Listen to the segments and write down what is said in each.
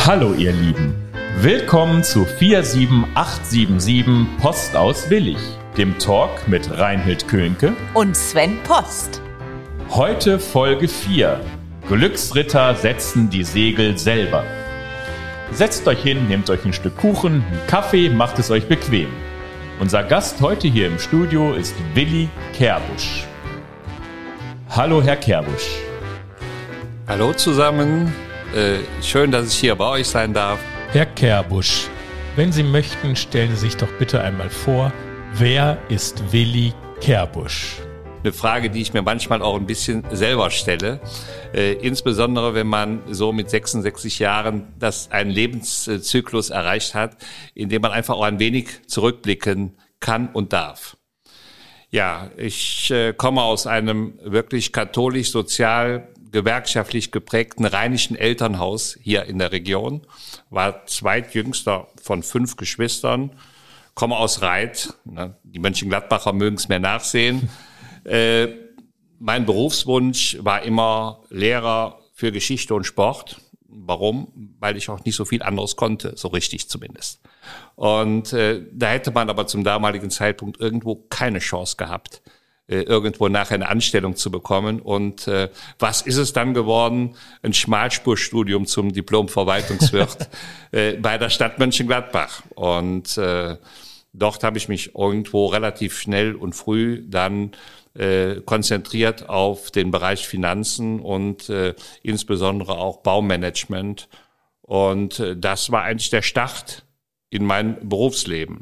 Hallo ihr Lieben, willkommen zu 47877 Post aus Willich, dem Talk mit Reinhild Könke und Sven Post. Heute Folge 4, Glücksritter setzen die Segel selber. Setzt euch hin, nehmt euch ein Stück Kuchen, einen Kaffee, macht es euch bequem. Unser Gast heute hier im Studio ist Willi Kerbusch. Hallo Herr Kerbusch. Hallo zusammen, schön, dass ich hier bei euch sein darf. Herr Kerbusch, wenn Sie möchten, stellen Sie sich doch bitte einmal vor, wer ist Willi Kerbusch? Eine Frage, die ich mir manchmal auch ein bisschen selber stelle, insbesondere wenn man so mit 66 Jahren einen Lebenszyklus erreicht hat, in dem man einfach auch ein wenig zurückblicken kann und darf. Ja, ich komme aus einem wirklich katholisch, sozial, gewerkschaftlich geprägten rheinischen Elternhaus hier in der Region, war zweitjüngster von 5 Geschwistern, komme aus Reit, die Mönchengladbacher mögen es mir nachsehen. Mein Berufswunsch war immer Lehrer für Geschichte und Sport. Warum? Weil ich auch nicht so viel anderes konnte, so richtig zumindest. Und da hätte man aber zum damaligen Zeitpunkt irgendwo keine Chance gehabt, irgendwo nachher eine Anstellung zu bekommen. Und was ist es dann geworden? Ein Schmalspurstudium zum Diplom-Verwaltungswirt bei der Stadt Mönchengladbach. Und dort habe ich mich irgendwo relativ schnell und früh dann konzentriert auf den Bereich Finanzen und insbesondere auch Baumanagement. Und das war eigentlich der Start in mein Berufsleben.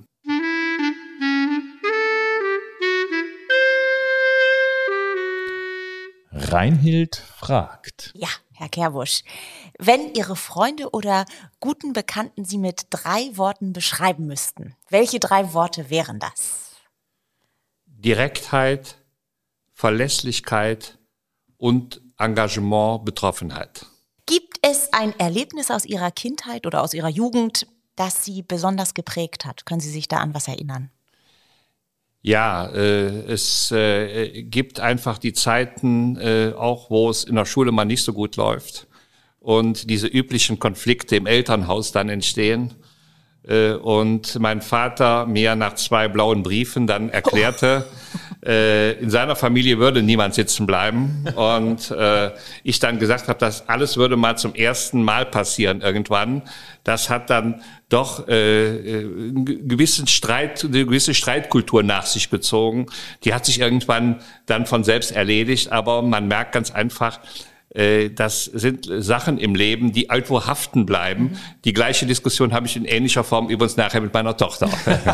Reinhild fragt. Ja, Herr Kerbusch, wenn Ihre Freunde oder guten Bekannten Sie mit 3 Worten beschreiben müssten, welche 3 Worte wären das? Direktheit, Verlässlichkeit und Engagement, Betroffenheit. Gibt es ein Erlebnis aus Ihrer Kindheit oder aus Ihrer Jugend, das Sie besonders geprägt hat? Können Sie sich da an was erinnern? Ja, es gibt einfach die Zeiten, auch wo es in der Schule mal nicht so gut läuft und diese üblichen Konflikte im Elternhaus dann entstehen. Und mein Vater mir nach 2 blauen Briefen dann erklärte, in seiner Familie würde niemand sitzen bleiben. Und ich dann gesagt habe, das alles würde mal zum ersten Mal passieren irgendwann. Das hat dann doch eine gewisse Streitkultur nach sich gezogen. Die hat sich irgendwann dann von selbst erledigt. Aber man merkt ganz einfach, das sind Sachen im Leben, die irgendwo haften bleiben. Die gleiche Diskussion habe ich in ähnlicher Form übrigens nachher mit meiner Tochter.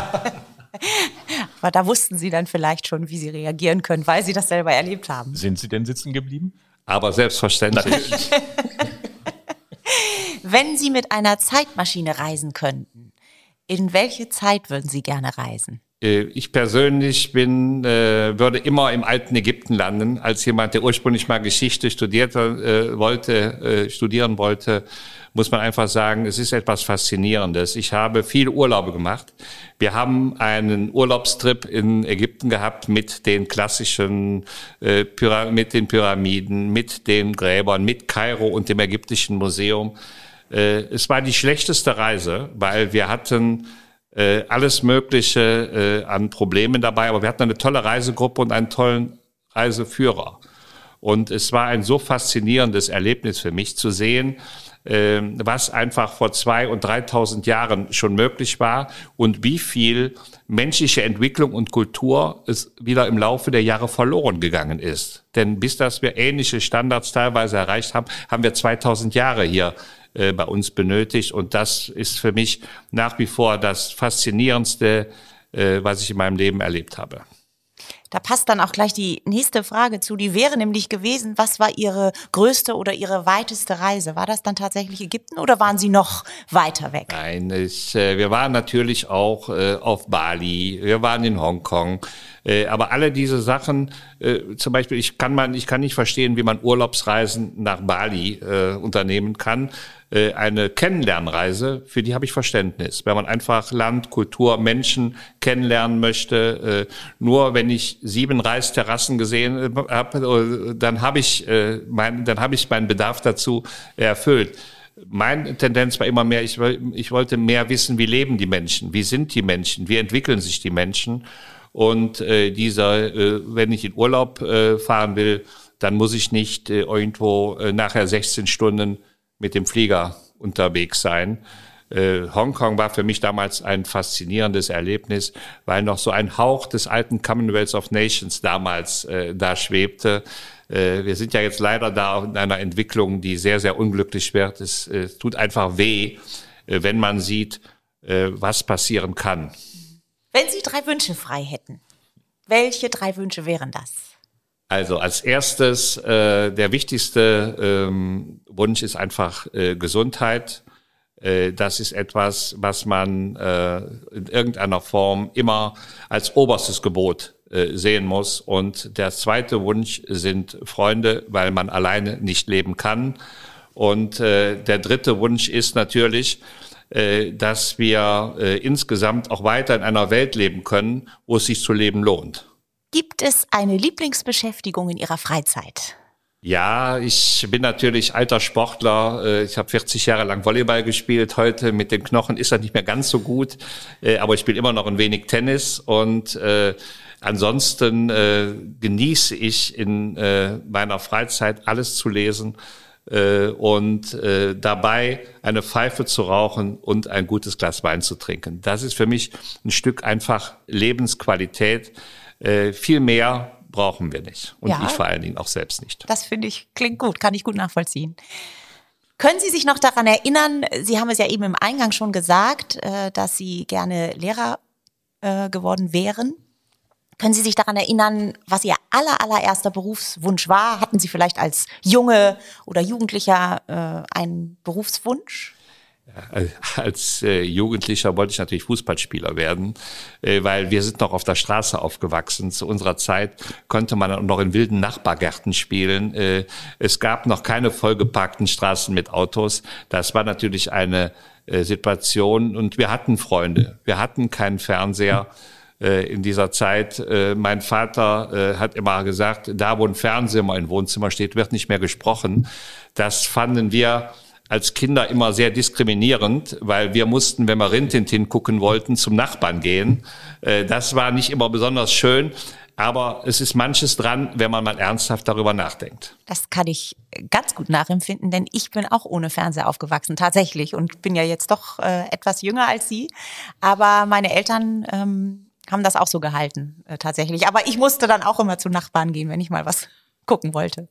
Aber da wussten Sie dann vielleicht schon, wie Sie reagieren können, weil Sie das selber erlebt haben. Sind Sie denn sitzen geblieben? Aber selbstverständlich. Wenn Sie mit einer Zeitmaschine reisen könnten, in welche Zeit würden Sie gerne reisen? Ich persönlich würde immer im alten Ägypten landen, als jemand, der ursprünglich mal Geschichte studieren wollte, muss man einfach sagen, es ist etwas Faszinierendes. Ich habe viele Urlaube gemacht. Wir haben einen Urlaubstrip in Ägypten gehabt mit den klassischen, mit den Pyramiden, mit den Gräbern, mit Kairo und dem Ägyptischen Museum. Es war die schlechteste Reise, weil wir hatten alles Mögliche an Problemen dabei, aber wir hatten eine tolle Reisegruppe und einen tollen Reiseführer. Und es war ein so faszinierendes Erlebnis für mich zu sehen, was einfach vor 2.000 und 3.000 Jahren schon möglich war und wie viel menschliche Entwicklung und Kultur es wieder im Laufe der Jahre verloren gegangen ist. Denn bis dass wir ähnliche Standards teilweise erreicht haben, haben wir 2.000 Jahre hier bei uns benötigt. Und das ist für mich nach wie vor das Faszinierendste, was ich in meinem Leben erlebt habe. Da passt dann auch gleich die nächste Frage zu. Die wäre nämlich gewesen, was war Ihre größte oder Ihre weiteste Reise? War das dann tatsächlich Ägypten oder waren Sie noch weiter weg? Nein, wir waren natürlich auch auf Bali, wir waren in Hongkong. Aber alle diese Sachen, zum Beispiel, ich kann nicht verstehen, wie man Urlaubsreisen nach Bali unternehmen kann. Eine Kennenlernreise, für die habe ich Verständnis. Wenn man einfach Land, Kultur, Menschen kennenlernen möchte, nur wenn ich 7 Reisterrassen gesehen habe, dann habe ich meinen Bedarf dazu erfüllt. Meine Tendenz war immer mehr, ich wollte mehr wissen, wie leben die Menschen, wie sind die Menschen, wie entwickeln sich die Menschen. Und wenn ich in Urlaub fahren will, dann muss ich nicht irgendwo nachher 16 Stunden mit dem Flieger unterwegs sein. Hongkong war für mich damals ein faszinierendes Erlebnis, weil noch so ein Hauch des alten Commonwealth of Nations damals da schwebte. Wir sind ja jetzt leider da in einer Entwicklung, die sehr, sehr unglücklich wird. Es tut einfach weh, wenn man sieht, was passieren kann. Wenn Sie 3 Wünsche frei hätten, welche 3 Wünsche wären das? Also als erstes, der wichtigste Wunsch ist einfach Gesundheit. Das ist etwas, was man in irgendeiner Form immer als oberstes Gebot sehen muss. Und der zweite Wunsch sind Freunde, weil man alleine nicht leben kann. Und der dritte Wunsch ist natürlich, dass wir insgesamt auch weiter in einer Welt leben können, wo es sich zu leben lohnt. Gibt es eine Lieblingsbeschäftigung in Ihrer Freizeit? Ja, ich bin natürlich alter Sportler. Ich habe 40 Jahre lang Volleyball gespielt. Heute mit den Knochen ist das nicht mehr ganz so gut. Aber ich spiele immer noch ein wenig Tennis. Und ansonsten genieße ich in meiner Freizeit alles zu lesen und dabei eine Pfeife zu rauchen und ein gutes Glas Wein zu trinken. Das ist für mich ein Stück einfach Lebensqualität. Viel mehr brauchen wir nicht. Und ich vor allen Dingen auch selbst nicht. Das finde ich, klingt gut, kann ich gut nachvollziehen. Können Sie sich noch daran erinnern, Sie haben es ja eben im Eingang schon gesagt, dass Sie gerne Lehrer geworden wären. Können Sie sich daran erinnern, was Ihr allererster Berufswunsch war? Hatten Sie vielleicht als Junge oder Jugendlicher einen Berufswunsch? Als Jugendlicher wollte ich natürlich Fußballspieler werden, weil wir sind noch auf der Straße aufgewachsen. Zu unserer Zeit konnte man noch in wilden Nachbargärten spielen. Es gab noch keine vollgeparkten Straßen mit Autos. Das war natürlich eine Situation und wir hatten Freunde. Wir hatten keinen Fernseher in dieser Zeit. Mein Vater hat immer gesagt, da wo ein Fernseher mal im Wohnzimmer steht, wird nicht mehr gesprochen. Das fanden wir als Kinder immer sehr diskriminierend, weil wir mussten, wenn wir Rin Tin Tin gucken wollten, zum Nachbarn gehen. Das war nicht immer besonders schön, aber es ist manches dran, wenn man mal ernsthaft darüber nachdenkt. Das kann ich ganz gut nachempfinden, denn ich bin auch ohne Fernseher aufgewachsen, tatsächlich, und bin ja jetzt doch etwas jünger als Sie. Aber meine Eltern haben das auch so gehalten, tatsächlich. Aber ich musste dann auch immer zu Nachbarn gehen, wenn ich mal was gucken wollte.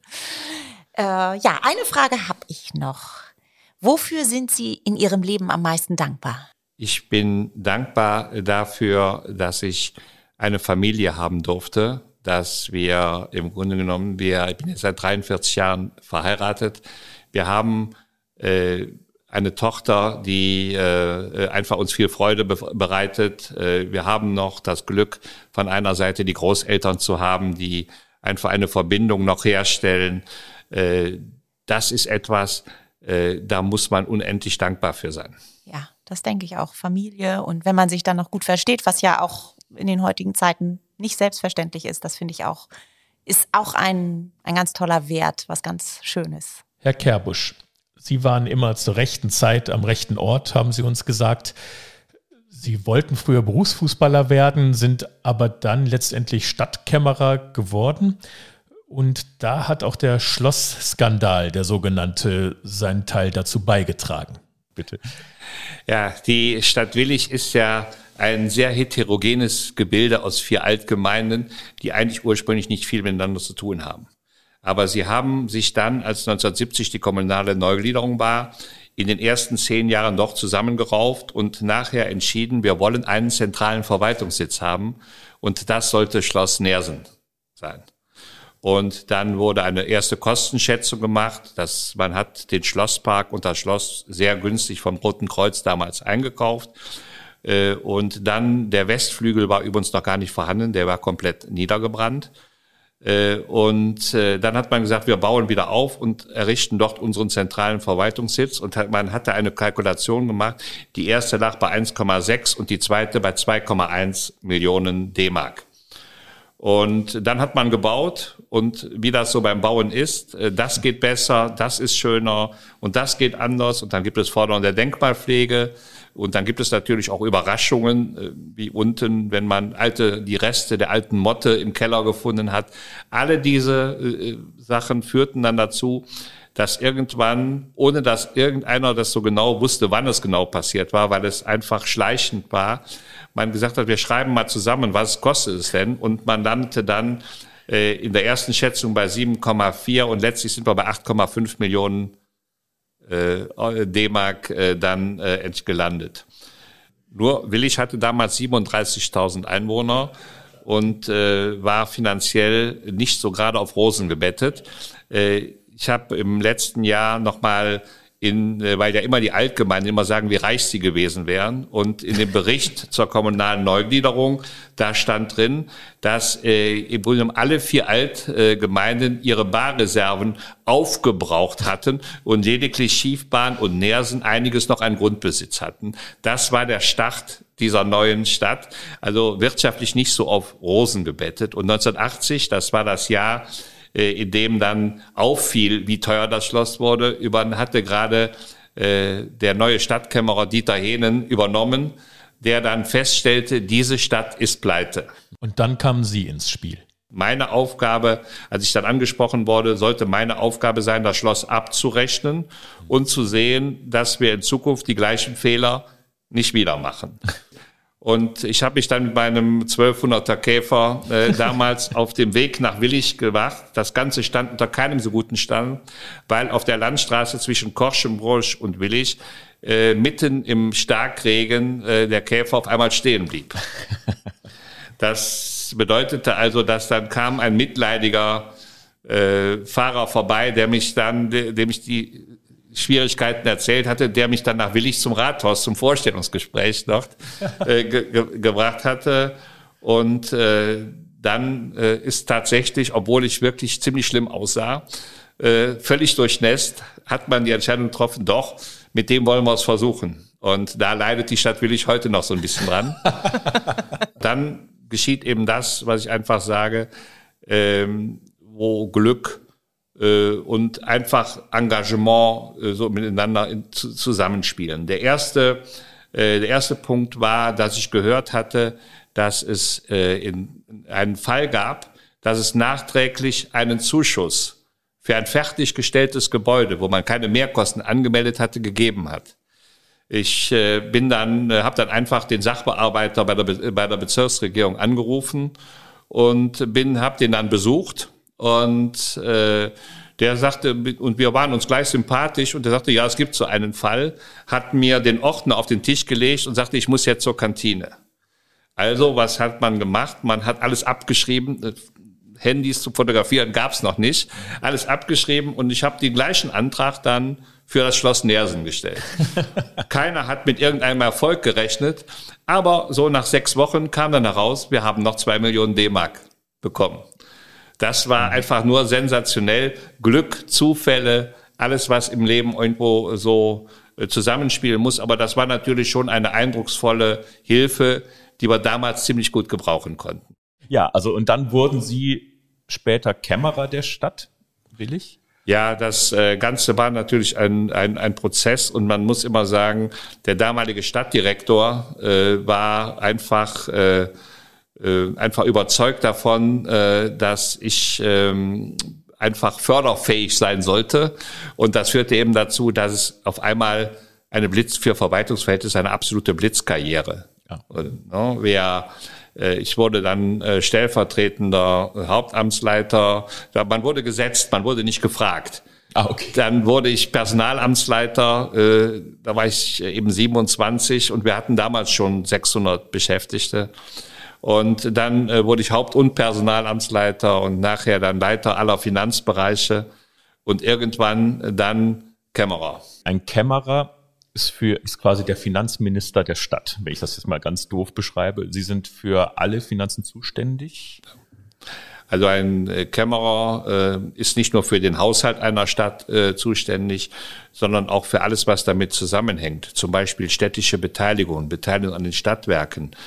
Ja, eine Frage habe ich noch. Wofür sind Sie in Ihrem Leben am meisten dankbar? Ich bin dankbar dafür, dass ich eine Familie haben durfte, dass wir im Grunde genommen, ich bin jetzt seit 43 Jahren verheiratet. Wir haben eine Tochter, die einfach uns viel Freude bereitet. Wir haben noch das Glück, von einer Seite die Großeltern zu haben, die einfach eine Verbindung noch herstellen. Das ist etwas, da muss man unendlich dankbar für sein. Ja, das denke ich auch. Familie, und wenn man sich dann noch gut versteht, was ja auch in den heutigen Zeiten nicht selbstverständlich ist, das finde ich auch, ist auch ein ganz toller Wert, was ganz Schönes. Herr Kerbusch, Sie waren immer zur rechten Zeit am rechten Ort, haben Sie uns gesagt. Sie wollten früher Berufsfußballer werden, sind aber dann letztendlich Stadtkämmerer geworden. Und da hat auch der Schlossskandal, der sogenannte, seinen Teil dazu beigetragen. Bitte. Ja, die Stadt Willich ist ja ein sehr heterogenes Gebilde aus 4 Altgemeinden, die eigentlich ursprünglich nicht viel miteinander zu tun haben. Aber sie haben sich dann, als 1970 die kommunale Neugliederung war, in den ersten 10 Jahren doch zusammengerauft und nachher entschieden, wir wollen einen zentralen Verwaltungssitz haben, und das sollte Schloss Neersen sein. Und dann wurde eine erste Kostenschätzung gemacht, man hat den Schlosspark und das Schloss sehr günstig vom Roten Kreuz damals eingekauft. Und dann der Westflügel war übrigens noch gar nicht vorhanden, der war komplett niedergebrannt. Und dann hat man gesagt, wir bauen wieder auf und errichten dort unseren zentralen Verwaltungssitz. Und man hatte eine Kalkulation gemacht. Die erste lag bei 1,6 und die zweite bei 2,1 Millionen D-Mark. Und dann hat man gebaut und wie das so beim Bauen ist, das geht besser, das ist schöner und das geht anders. Und dann gibt es Forderungen der Denkmalpflege und dann gibt es natürlich auch Überraschungen, wie unten, wenn man die Reste der alten Motte im Keller gefunden hat. Alle diese Sachen führten dann dazu, dass irgendwann, ohne dass irgendeiner das so genau wusste, wann es genau passiert war, weil es einfach schleichend war, man gesagt hat, wir schreiben mal zusammen, was kostet es denn? Und man landete dann in der ersten Schätzung bei 7,4 und letztlich sind wir bei 8,5 Millionen D-Mark dann gelandet. Nur Willich hatte damals 37.000 Einwohner und war finanziell nicht so gerade auf Rosen gebettet. Ich habe im letzten Jahr nochmal weil ja immer die Altgemeinden immer sagen, wie reich sie gewesen wären. Und in dem Bericht zur kommunalen Neugliederung, da stand drin, dass im Grunde genommen alle 4 Altgemeinden ihre Barreserven aufgebraucht hatten und lediglich Schiefbahn und Neersen einiges noch an Grundbesitz hatten. Das war der Start dieser neuen Stadt. Also wirtschaftlich nicht so auf Rosen gebettet. Und 1980, das war das Jahr, in dem dann auffiel, wie teuer das Schloss wurde, hatte gerade der neue Stadtkämmerer Dieter Hehnen übernommen, der dann feststellte, diese Stadt ist pleite. Und dann kamen Sie ins Spiel. Meine Aufgabe, als ich dann angesprochen wurde, sollte meine Aufgabe sein, das Schloss abzurechnen und zu sehen, dass wir in Zukunft die gleichen Fehler nicht wieder machen. Und ich habe mich dann mit meinem 1200er Käfer damals auf dem Weg nach Willich gemacht. Das Ganze stand unter keinem so guten Stand, weil auf der Landstraße zwischen Korschenbroich und Willich mitten im Starkregen der Käfer auf einmal stehen blieb. Das bedeutete also, dass dann kam ein mitleidiger Fahrer vorbei, dem ich die Schwierigkeiten erzählt hatte, der mich dann nach Willich zum Rathaus, zum Vorstellungsgespräch noch gebracht hatte. Und dann ist tatsächlich, obwohl ich wirklich ziemlich schlimm aussah, völlig durchnässt, hat man die Entscheidung getroffen, doch, mit dem wollen wir es versuchen. Und da leidet die Stadt Willich heute noch so ein bisschen dran. Dann geschieht eben das, was ich einfach sage, wo Glück und einfach Engagement so miteinander zusammenspielen. Der erste Punkt war, dass ich gehört hatte, dass es einen Fall gab, dass es nachträglich einen Zuschuss für ein fertiggestelltes Gebäude, wo man keine Mehrkosten angemeldet hatte, gegeben hat. Ich habe dann einfach den Sachbearbeiter bei der Bezirksregierung angerufen und habe den dann besucht. Und der sagte, und wir waren uns gleich sympathisch, und der sagte, ja, es gibt so einen Fall, hat mir den Ordner auf den Tisch gelegt und sagte, ich muss jetzt zur Kantine. Also, was hat man gemacht? Man hat alles abgeschrieben, Handys zu fotografieren gab's noch nicht, alles abgeschrieben, und ich habe den gleichen Antrag dann für das Schloss Neersen gestellt. Keiner hat mit irgendeinem Erfolg gerechnet, aber so nach 6 Wochen kam dann heraus, wir haben noch 2 Millionen D-Mark bekommen. Das war einfach nur sensationell. Glück, Zufälle, alles, was im Leben irgendwo so zusammenspielen muss. Aber das war natürlich schon eine eindrucksvolle Hilfe, die wir damals ziemlich gut gebrauchen konnten. Ja, also und dann wurden Sie später Kämmerer der Stadt, Willich? Ja, das Ganze war natürlich ein Prozess, und man muss immer sagen, der damalige Stadtdirektor war einfach überzeugt davon, dass ich einfach förderfähig sein sollte. Und das führte eben dazu, dass es auf einmal für Verwaltungsverhältnisse eine absolute Blitzkarriere. Ja. Ich wurde dann stellvertretender Hauptamtsleiter. Man wurde gesetzt, man wurde nicht gefragt. Ah, okay. Dann wurde ich Personalamtsleiter, da war ich eben 27, und wir hatten damals schon 600 Beschäftigte. Und dann wurde ich Haupt- und Personalamtsleiter und nachher dann Leiter aller Finanzbereiche und irgendwann dann Kämmerer. Ein Kämmerer ist quasi der Finanzminister der Stadt, wenn ich das jetzt mal ganz doof beschreibe. Sie sind für alle Finanzen zuständig? Also ein Kämmerer ist nicht nur für den Haushalt einer Stadt zuständig, sondern auch für alles, was damit zusammenhängt. Zum Beispiel städtische Beteiligung an den Stadtwerken,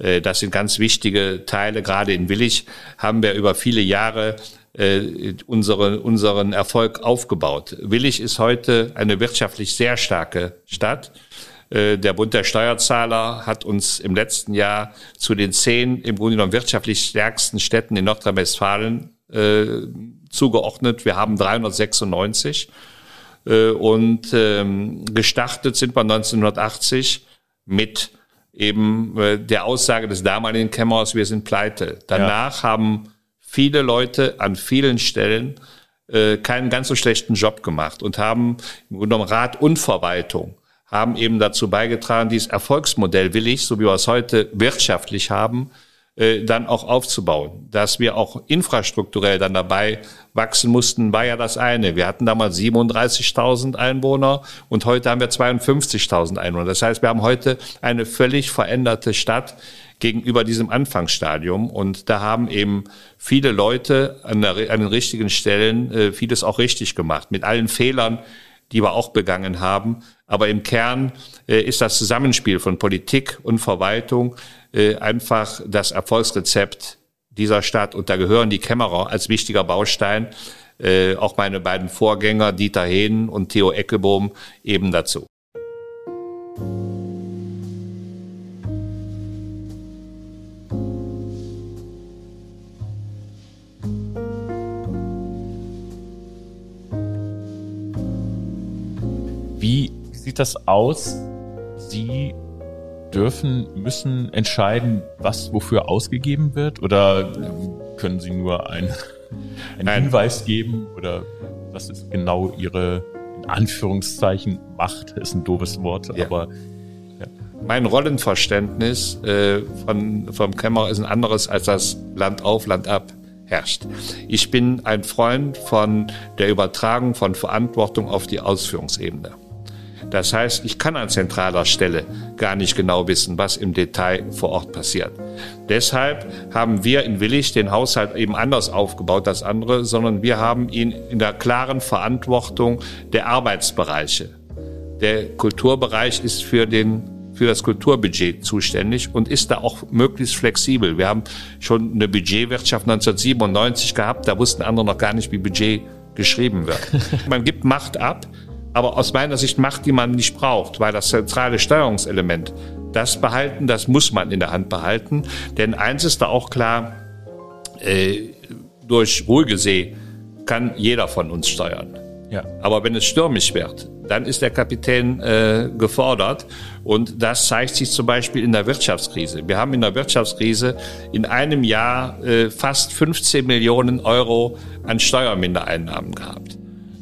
Das sind ganz wichtige Teile. Gerade in Willich haben wir über viele Jahre unseren Erfolg aufgebaut. Willich ist heute eine wirtschaftlich sehr starke Stadt. Der Bund der Steuerzahler hat uns im letzten Jahr zu den 10 im Grunde genommen wirtschaftlich stärksten Städten in Nordrhein-Westfalen zugeordnet. Wir haben 396 und gestartet sind wir 1980 mit eben der Aussage des damaligen Kämmerers, wir sind pleite. Danach haben viele Leute an vielen Stellen keinen ganz so schlechten Job gemacht und haben im Grunde genommen Rat und Verwaltung haben eben dazu beigetragen, dieses Erfolgsmodell Willich, so wie wir es heute wirtschaftlich haben, dann auch aufzubauen. Dass wir auch infrastrukturell dann dabei wachsen mussten, war ja das eine. Wir hatten damals 37.000 Einwohner und heute haben wir 52.000 Einwohner. Das heißt, wir haben heute eine völlig veränderte Stadt gegenüber diesem Anfangsstadium. Und da haben eben viele Leute an den richtigen Stellen vieles auch richtig gemacht. Mit allen Fehlern, die wir auch begangen haben. Aber im Kern ist das Zusammenspiel von Politik und Verwaltung einfach das Erfolgsrezept dieser Stadt. Und da gehören die Kämmerer als wichtiger Baustein, auch meine beiden Vorgänger Dieter Hehn und Theo Eckebohm eben dazu. Wie sieht das aus? Sie müssen entscheiden, was wofür ausgegeben wird? Oder können Sie nur einen Hinweis geben? Oder was ist genau Ihre, in Anführungszeichen, Macht? Ist ein doofes Wort, ja. Aber... Ja. Mein Rollenverständnis vom Kämmerer ist ein anderes, als das Land auf, Land ab herrscht. Ich bin ein Freund von der Übertragung von Verantwortung auf die Ausführungsebene. Das heißt, ich kann an zentraler Stelle gar nicht genau wissen, was im Detail vor Ort passiert. Deshalb haben wir in Willich den Haushalt eben anders aufgebaut als andere, sondern wir haben ihn in der klaren Verantwortung der Arbeitsbereiche. Der Kulturbereich ist für das Kulturbudget zuständig und ist da auch möglichst flexibel. Wir haben schon eine Budgetwirtschaft 1997 gehabt, da wussten andere noch gar nicht, wie Budget geschrieben wird. Man gibt Macht ab, aber aus meiner Sicht Macht, die man nicht braucht, weil das zentrale Steuerungselement, das muss man in der Hand behalten. Denn eins ist da auch klar, durch ruhige See kann jeder von uns steuern. Ja. Aber wenn es stürmisch wird, dann ist der Kapitän gefordert. Und das zeigt sich zum Beispiel in der Wirtschaftskrise. Wir haben in der Wirtschaftskrise in einem Jahr fast 15 Millionen Euro an Steuermindereinnahmen gehabt.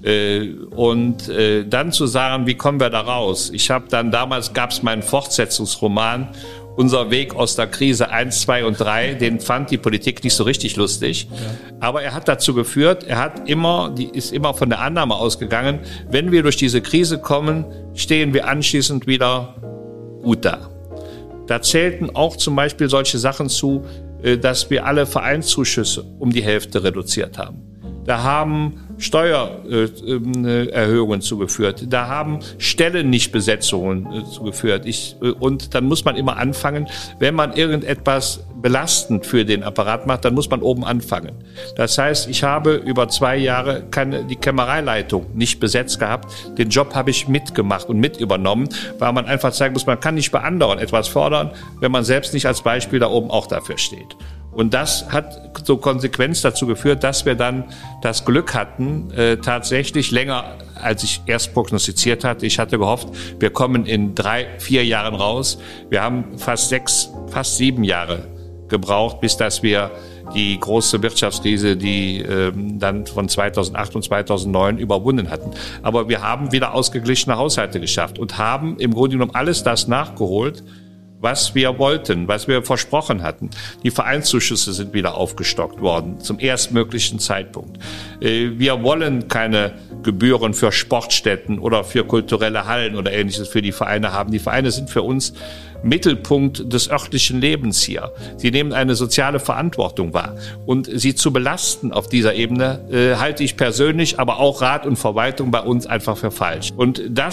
Und dann zu sagen, wie kommen wir da raus? Damals gab es meinen Fortsetzungsroman, Unser Weg aus der Krise 1, 2 und 3, den fand die Politik nicht so richtig lustig. Ja. Aber er hat dazu geführt, ist immer von der Annahme ausgegangen, wenn wir durch diese Krise kommen, stehen wir anschließend wieder gut da. Da zählten auch zum Beispiel solche Sachen zu, dass wir alle Vereinszuschüsse um die Hälfte reduziert haben. Da haben Steuererhöhungen zugeführt. Da haben Stellennichtbesetzungen zugeführt. Und dann muss man immer anfangen, wenn man irgendetwas belastend für den Apparat macht, dann muss man oben anfangen. Das heißt, ich habe über 2 Jahre die Kämmereileitung nicht besetzt gehabt. Den Job habe ich mitgemacht und mit übernommen, weil man einfach zeigen muss, man kann nicht bei anderen etwas fordern, wenn man selbst nicht als Beispiel da oben auch dafür steht. Und das hat so Konsequenz dazu geführt, dass wir dann das Glück hatten, tatsächlich länger, als ich erst prognostiziert hatte. Ich hatte gehofft, wir kommen in 3-4 Jahren raus. Wir haben fast 7 Jahre gebraucht, bis dass wir die große Wirtschaftskrise, die dann von 2008 und 2009 überwunden hatten. Aber wir haben wieder ausgeglichene Haushalte geschafft und haben im Grunde genommen alles das nachgeholt, was wir wollten, was wir versprochen hatten. Die Vereinszuschüsse sind wieder aufgestockt worden, zum erstmöglichen Zeitpunkt. Wir wollen keine Gebühren für Sportstätten oder für kulturelle Hallen oder Ähnliches für die Vereine haben. Die Vereine sind für uns Mittelpunkt des örtlichen Lebens hier. Sie nehmen eine soziale Verantwortung wahr. Und sie zu belasten auf dieser Ebene, halte ich persönlich, aber auch Rat und Verwaltung bei uns einfach für falsch. Und das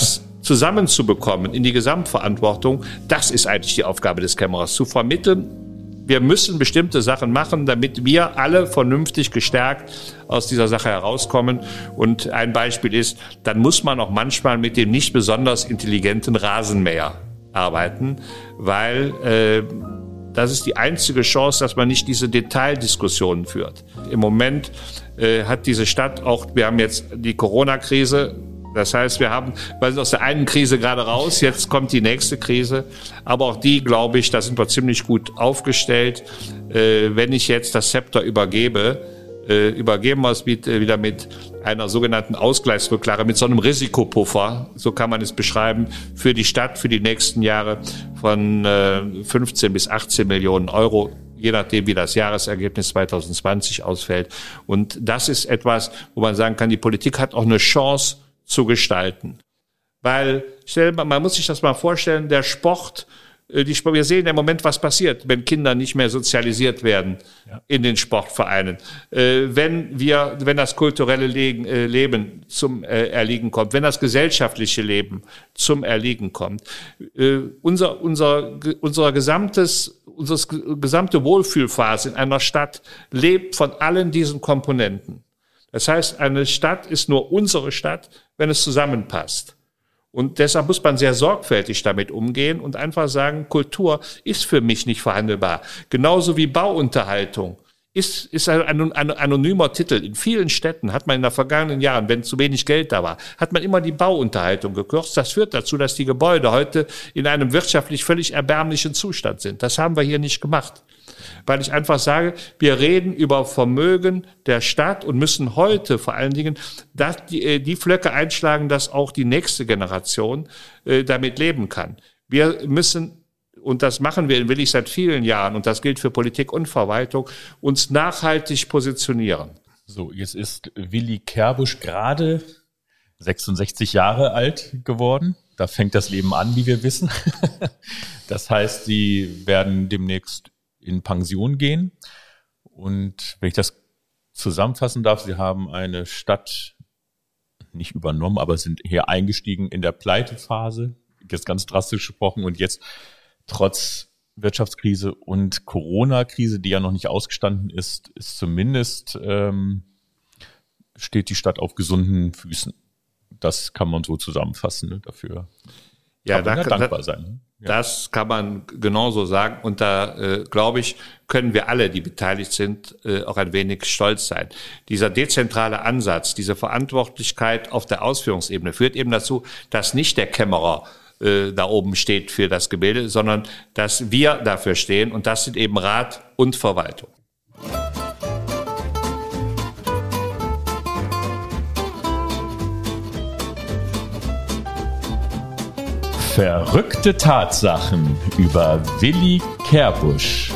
zusammenzubekommen in die Gesamtverantwortung, das ist eigentlich die Aufgabe des Kämmerers, zu vermitteln. Wir müssen bestimmte Sachen machen, damit wir alle vernünftig gestärkt aus dieser Sache herauskommen. Und ein Beispiel ist, dann muss man auch manchmal mit dem nicht besonders intelligenten Rasenmäher arbeiten, weil das ist die einzige Chance, dass man nicht diese Detaildiskussionen führt. Im Moment hat diese Stadt auch, wir haben jetzt die Corona-Krise. Das heißt, wir sind aus der einen Krise gerade raus, jetzt kommt die nächste Krise. Aber auch die, glaube ich, da sind wir ziemlich gut aufgestellt. Wenn ich jetzt das Zepter übergeben wir es wieder mit einer sogenannten Ausgleichsrücklage, mit so einem Risikopuffer, so kann man es beschreiben, für die Stadt für die nächsten Jahre von 15 bis 18 Millionen Euro, je nachdem, wie das Jahresergebnis 2020 ausfällt. Und das ist etwas, wo man sagen kann, die Politik hat auch eine Chance zu gestalten. Weil, man muss sich das mal vorstellen, der Sport, wir sehen im Moment, was passiert, wenn Kinder nicht mehr sozialisiert werden in den Sportvereinen. Wenn das kulturelle Leben zum Erliegen kommt, wenn das gesellschaftliche Leben zum Erliegen kommt. Unsere gesamte Wohlfühlphase in einer Stadt lebt von allen diesen Komponenten. Das heißt, eine Stadt ist nur unsere Stadt, wenn es zusammenpasst. Und deshalb muss man sehr sorgfältig damit umgehen und einfach sagen, Kultur ist für mich nicht verhandelbar. Genauso wie Bauunterhaltung ist ein anonymer Titel. In vielen Städten hat man in den vergangenen Jahren, wenn zu wenig Geld da war, hat man immer die Bauunterhaltung gekürzt. Das führt dazu, dass die Gebäude heute in einem wirtschaftlich völlig erbärmlichen Zustand sind. Das haben wir hier nicht gemacht. Weil ich einfach sage, wir reden über Vermögen der Stadt und müssen heute vor allen Dingen die Flöcke einschlagen, dass auch die nächste Generation damit leben kann. Wir müssen, und das machen wir in Willich seit vielen Jahren, und das gilt für Politik und Verwaltung, uns nachhaltig positionieren. So, jetzt ist Willi Kerbusch gerade 66 Jahre alt geworden. Da fängt das Leben an, wie wir wissen. Das heißt, Sie werden demnächst in Pension gehen. Und wenn ich das zusammenfassen darf, Sie haben eine Stadt nicht übernommen, aber sind hier eingestiegen in der Pleitephase, jetzt ganz drastisch gesprochen, und jetzt trotz Wirtschaftskrise und Corona-Krise, die ja noch nicht ausgestanden ist zumindest, steht die Stadt auf gesunden Füßen. Das kann man so zusammenfassen, ne? Dafür kann man dankbar sein. Ne? Ja. Das kann man genauso sagen. Und da, glaube ich, können wir alle, die beteiligt sind, auch ein wenig stolz sein. Dieser dezentrale Ansatz, diese Verantwortlichkeit auf der Ausführungsebene führt eben dazu, dass nicht der Kämmerer da oben steht für das Gebilde, sondern dass wir dafür stehen. Und das sind eben Rat und Verwaltung. Verrückte Tatsachen über Willi Kerbusch.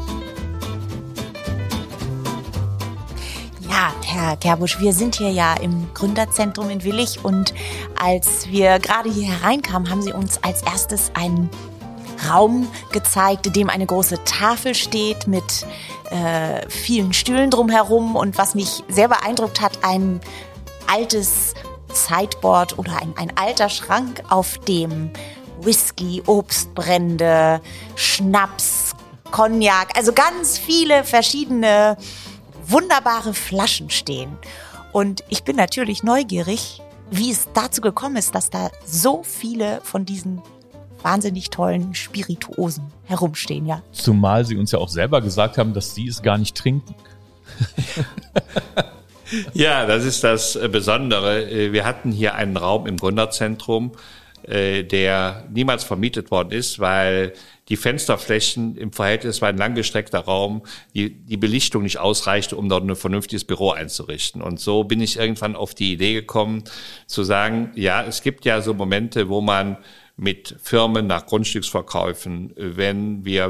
Ja, Herr Kerbusch, wir sind hier ja im Gründerzentrum in Willich, und als wir gerade hier hereinkamen, haben Sie uns als erstes einen Raum gezeigt, in dem eine große Tafel steht mit vielen Stühlen drumherum, und was mich sehr beeindruckt hat, ein altes Sideboard oder ein alter Schrank, auf dem Whisky, Obstbrände, Schnaps, Cognac, also ganz viele verschiedene wunderbare Flaschen stehen. Und ich bin natürlich neugierig, wie es dazu gekommen ist, dass da so viele von diesen wahnsinnig tollen Spirituosen herumstehen, ja. Zumal Sie uns ja auch selber gesagt haben, dass Sie es gar nicht trinken. Ja, das ist das Besondere. Wir hatten hier einen Raum im Gründerzentrum, der niemals vermietet worden ist, weil die Fensterflächen im Verhältnis war ein langgestreckter Raum, die Belichtung nicht ausreichte, um dort ein vernünftiges Büro einzurichten. Und so bin ich irgendwann auf die Idee gekommen, zu sagen, ja, es gibt ja so Momente, wo man mit Firmen nach Grundstücksverkäufen, wenn wir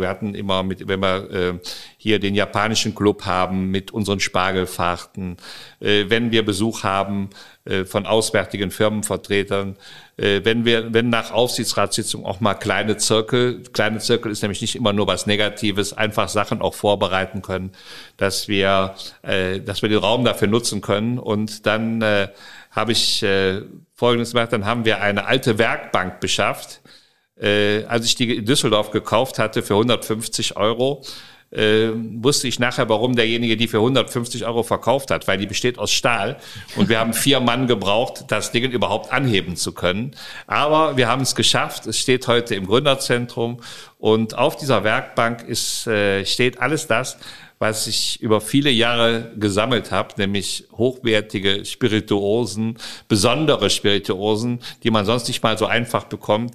hier den japanischen Club haben mit unseren Spargelfahrten, wenn wir Besuch haben von auswärtigen Firmenvertretern, wenn nach Aufsichtsratssitzungen auch mal kleine Zirkel ist nämlich nicht immer nur was Negatives, einfach Sachen auch vorbereiten können, dass wir den Raum dafür nutzen können. Und dann habe ich Folgendes gemacht. Dann haben wir eine alte Werkbank beschafft. Als ich die in Düsseldorf gekauft hatte für 150 €, wusste ich nachher, warum derjenige die für 150 € verkauft hat, weil die besteht aus Stahl und wir haben 4 Mann gebraucht, das Ding überhaupt anheben zu können. Aber wir haben es geschafft. Es steht heute im Gründerzentrum und auf dieser Werkbank steht alles das, was ich über viele Jahre gesammelt habe, nämlich hochwertige Spirituosen, besondere Spirituosen, die man sonst nicht mal so einfach bekommt,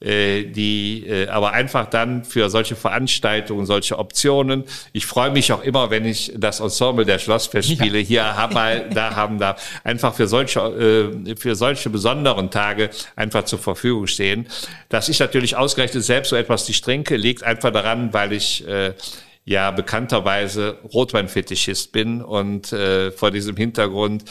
die aber einfach dann für solche Veranstaltungen, solche Optionen. Ich freue mich auch immer, wenn ich das Ensemble der Schlossfestspiele hier haben darf, einfach für solche besonderen Tage einfach zur Verfügung stehen. Dass ich natürlich ausgerechnet selbst so etwas nicht trinke, liegt einfach daran, weil ich bekannterweise Rotweinfetischist bin und vor diesem Hintergrund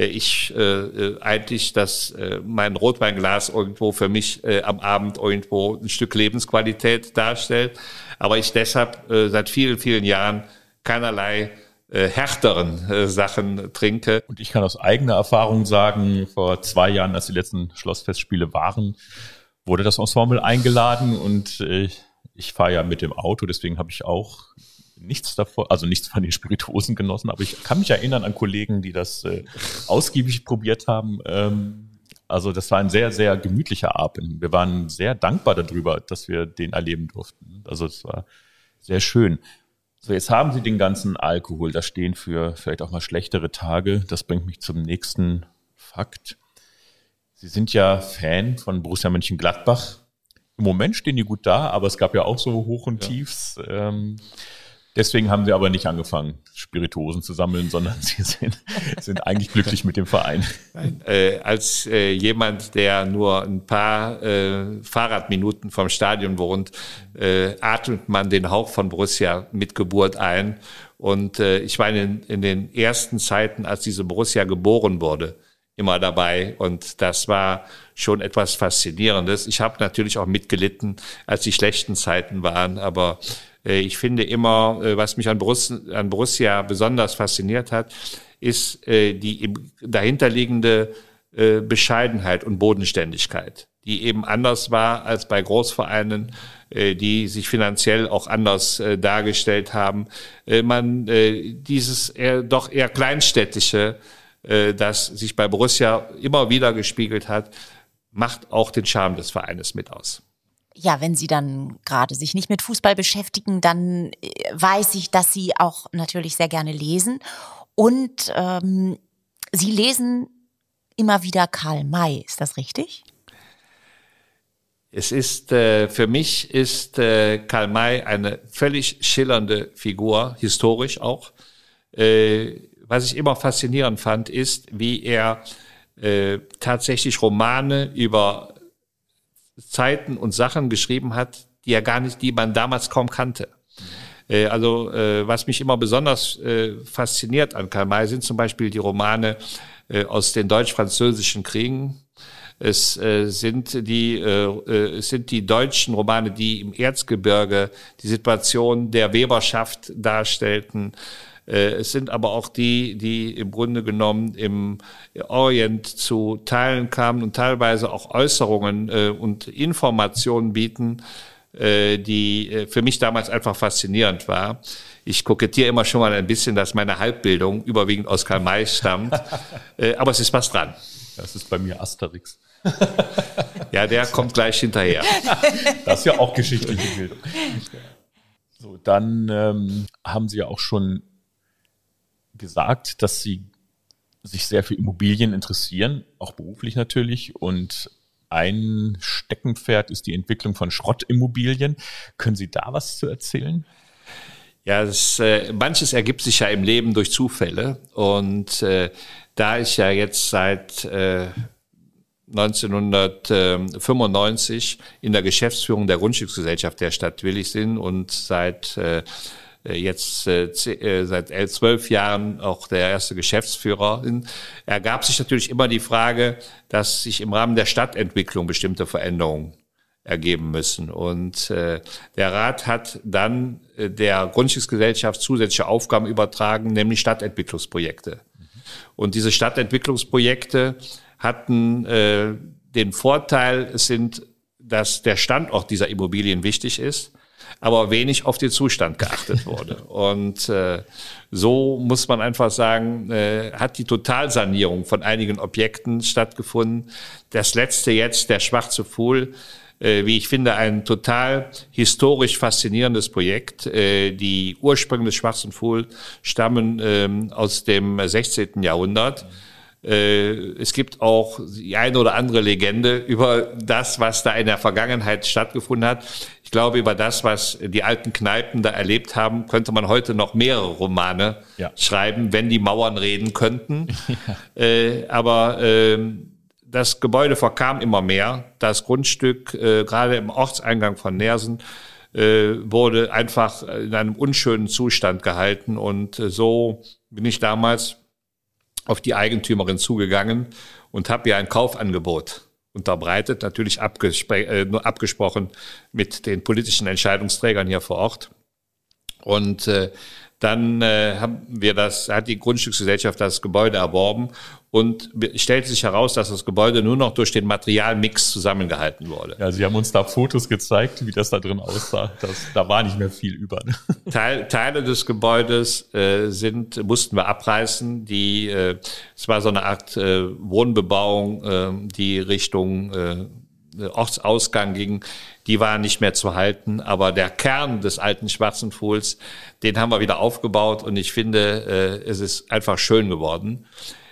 eigentlich mein Rotweinglas irgendwo für mich am Abend irgendwo ein Stück Lebensqualität darstellt, aber ich deshalb seit vielen, vielen Jahren keinerlei härteren Sachen trinke. Und ich kann aus eigener Erfahrung sagen, vor 2 Jahren, als die letzten Schlossfestspiele waren, wurde das Ensemble eingeladen und ich fahre ja mit dem Auto, deswegen habe ich auch nichts davon, also nichts von den Spirituosen genossen, aber ich kann mich erinnern an Kollegen, die das ausgiebig probiert haben. Also das war ein sehr, sehr gemütlicher Abend. Wir waren sehr dankbar darüber, dass wir den erleben durften. Also es war sehr schön. So, jetzt haben Sie den ganzen Alkohol da stehen für vielleicht auch mal schlechtere Tage. Das bringt mich zum nächsten Fakt. Sie sind ja Fan von Borussia Mönchengladbach. Im Moment stehen die gut da, aber es gab ja auch so Hoch und Tiefs. Deswegen haben Sie aber nicht angefangen, Spirituosen zu sammeln, sondern Sie sind eigentlich glücklich mit dem Verein. Als jemand, der nur ein paar Fahrradminuten vom Stadion wohnt, atmet man den Hauch von Borussia mit Geburt ein. Und ich war in den ersten Zeiten, als diese Borussia geboren wurde, immer dabei. Und das war schon etwas Faszinierendes. Ich habe natürlich auch mitgelitten, als die schlechten Zeiten waren, aber ich finde immer, was mich an Borussia besonders fasziniert hat, ist die dahinterliegende Bescheidenheit und Bodenständigkeit, die eben anders war als bei Großvereinen, die sich finanziell auch anders dargestellt haben. Dieses doch eher kleinstädtische, das sich bei Borussia immer wieder gespiegelt hat, macht auch den Charme des Vereines mit aus. Ja, wenn Sie dann gerade sich nicht mit Fußball beschäftigen, dann weiß ich, dass Sie auch natürlich sehr gerne lesen. Und Sie lesen immer wieder Karl May. Ist das richtig? Es ist, für mich ist Karl May eine völlig schillernde Figur, historisch auch. Was ich immer faszinierend fand, ist, wie er tatsächlich Romane über Zeiten und Sachen geschrieben hat, die man damals kaum kannte. Was mich immer besonders fasziniert an Karl May sind zum Beispiel die Romane aus den deutsch-französischen Kriegen. Es sind die deutschen Romane, die im Erzgebirge die Situation der Weberschaft darstellten. Es sind aber auch die im Grunde genommen im Orient zu Teilen kamen und teilweise auch Äußerungen und Informationen bieten, die für mich damals einfach faszinierend war. Ich kokettiere immer schon mal ein bisschen, dass meine Halbbildung überwiegend aus Karl May stammt, aber es ist was dran. Das ist bei mir Asterix. Ja, der kommt gleich hinterher. Das ist ja auch geschichtliche Bildung. So, dann haben Sie ja auch schon gesagt, dass Sie sich sehr für Immobilien interessieren, auch beruflich natürlich. Und ein Steckenpferd ist die Entwicklung von Schrottimmobilien. Können Sie da was zu erzählen? Ja, manches ergibt sich ja im Leben durch Zufälle. Und da ich ja jetzt seit 1995 in der Geschäftsführung der Grundstücksgesellschaft der Stadt Willichsinn und seit 12 Jahren auch der erste Geschäftsführer, ergab sich natürlich immer die Frage, dass sich im Rahmen der Stadtentwicklung bestimmte Veränderungen ergeben müssen. Und der Rat hat dann der Grundstücksgesellschaft zusätzliche Aufgaben übertragen, nämlich Stadtentwicklungsprojekte. Und diese Stadtentwicklungsprojekte hatten den Vorteil, dass der Standort dieser Immobilien wichtig ist, aber wenig auf den Zustand geachtet wurde. Und so muss man einfach sagen, hat die Totalsanierung von einigen Objekten stattgefunden. Das letzte jetzt, der Schwarze Pfuhl, wie ich finde, ein total historisch faszinierendes Projekt. Die Ursprünge des Schwarzen Pfuhl stammen aus dem 16. Jahrhundert. Es gibt auch die eine oder andere Legende über das, was da in der Vergangenheit stattgefunden hat. Ich glaube, über das, was die alten Kneipen da erlebt haben, könnte man heute noch mehrere Romane schreiben, wenn die Mauern reden könnten. Aber das Gebäude verkam immer mehr. Das Grundstück, gerade im Ortseingang von Neersen, wurde einfach in einem unschönen Zustand gehalten. Und so bin ich damals auf die Eigentümerin zugegangen und habe ihr ein Kaufangebot unterbreitet, natürlich nur abgesprochen mit den politischen Entscheidungsträgern hier vor Ort. Und dann hat die Grundstücksgesellschaft das Gebäude erworben und es stellte sich heraus, dass das Gebäude nur noch durch den Materialmix zusammengehalten wurde. Ja, Sie haben uns da Fotos gezeigt, wie das da drin aussah. Da war nicht mehr viel über. Teile des Gebäudes mussten wir abreißen. Es war so eine Art Wohnbebauung, die Richtung Ortsausgang ging. Die war nicht mehr zu halten, aber der Kern des alten Schwarzen Pfuhls, den haben wir wieder aufgebaut und ich finde, es ist einfach schön geworden.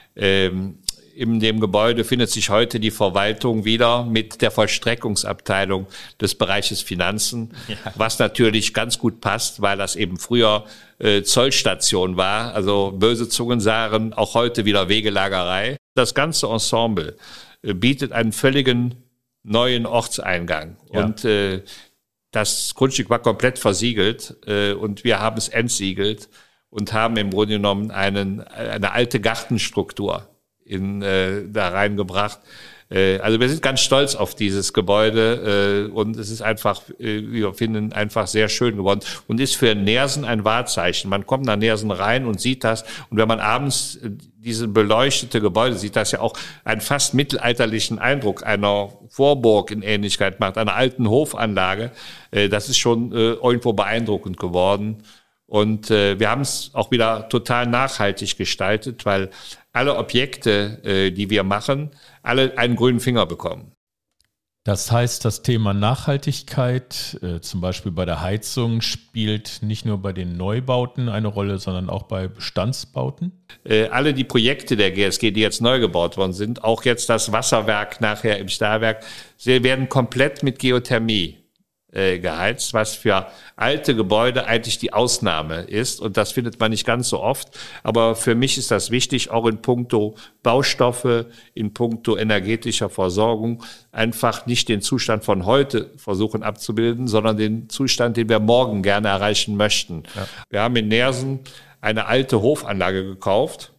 In dem Gebäude findet sich heute die Verwaltung wieder mit der Vollstreckungsabteilung des Bereiches Finanzen, was natürlich ganz gut passt, weil das eben früher Zollstation war. Also böse Zungen sagen, auch heute wieder Wegelagerei. Das ganze Ensemble bietet einen völligen neuen Ortseingang. Ja. Und das Grundstück war komplett versiegelt und wir haben es entsiegelt und haben im Grunde genommen eine alte Gartenstruktur da reingebracht. Also wir sind ganz stolz auf dieses Gebäude und es ist einfach, wir finden, einfach sehr schön geworden und ist für Neersen ein Wahrzeichen. Man kommt nach Neersen rein und sieht das und wenn man abends diese beleuchtete Gebäude sieht, das ja auch einen fast mittelalterlichen Eindruck einer Vorburg in Ähnlichkeit macht, einer alten Hofanlage. Das ist schon irgendwo beeindruckend geworden. Und wir haben es auch wieder total nachhaltig gestaltet, weil alle Objekte, die wir machen, alle einen grünen Finger bekommen. Das heißt, das Thema Nachhaltigkeit, zum Beispiel bei der Heizung, spielt nicht nur bei den Neubauten eine Rolle, sondern auch bei Bestandsbauten? Alle die Projekte der GSG, die jetzt neu gebaut worden sind, auch jetzt das Wasserwerk nachher im Stahlwerk, sie werden komplett mit Geothermie geheizt, was für alte Gebäude eigentlich die Ausnahme ist. Und das findet man nicht ganz so oft. Aber für mich ist das wichtig, auch in puncto Baustoffe, in puncto energetischer Versorgung, einfach nicht den Zustand von heute versuchen abzubilden, sondern den Zustand, den wir morgen gerne erreichen möchten. Ja. Wir haben in Neersen eine alte Hofanlage gekauft.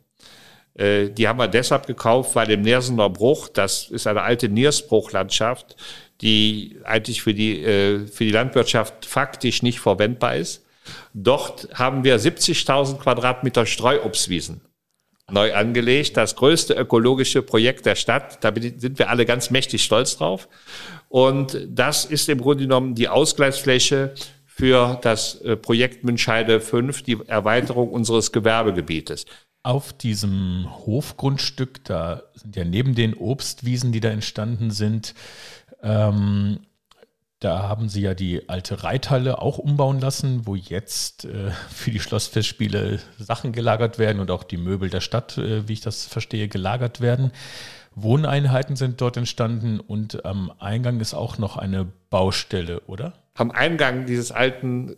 Die haben wir deshalb gekauft, weil im Neersener Bruch, das ist eine alte Niersbruchlandschaft, die eigentlich für die Landwirtschaft faktisch nicht verwendbar ist. Dort haben wir 70.000 Quadratmeter Streuobstwiesen neu angelegt. Das größte ökologische Projekt der Stadt. Da sind wir alle ganz mächtig stolz drauf. Und das ist im Grunde genommen die Ausgleichsfläche für das Projekt Münchheide 5, die Erweiterung unseres Gewerbegebietes. Auf diesem Hofgrundstück, da sind ja neben den Obstwiesen, die da entstanden sind, da haben Sie ja die alte Reithalle auch umbauen lassen, wo jetzt für die Schlossfestspiele Sachen gelagert werden und auch die Möbel der Stadt, wie ich das verstehe, gelagert werden. Wohneinheiten sind dort entstanden und am Eingang ist auch noch eine Baustelle, oder? Am Eingang dieser alten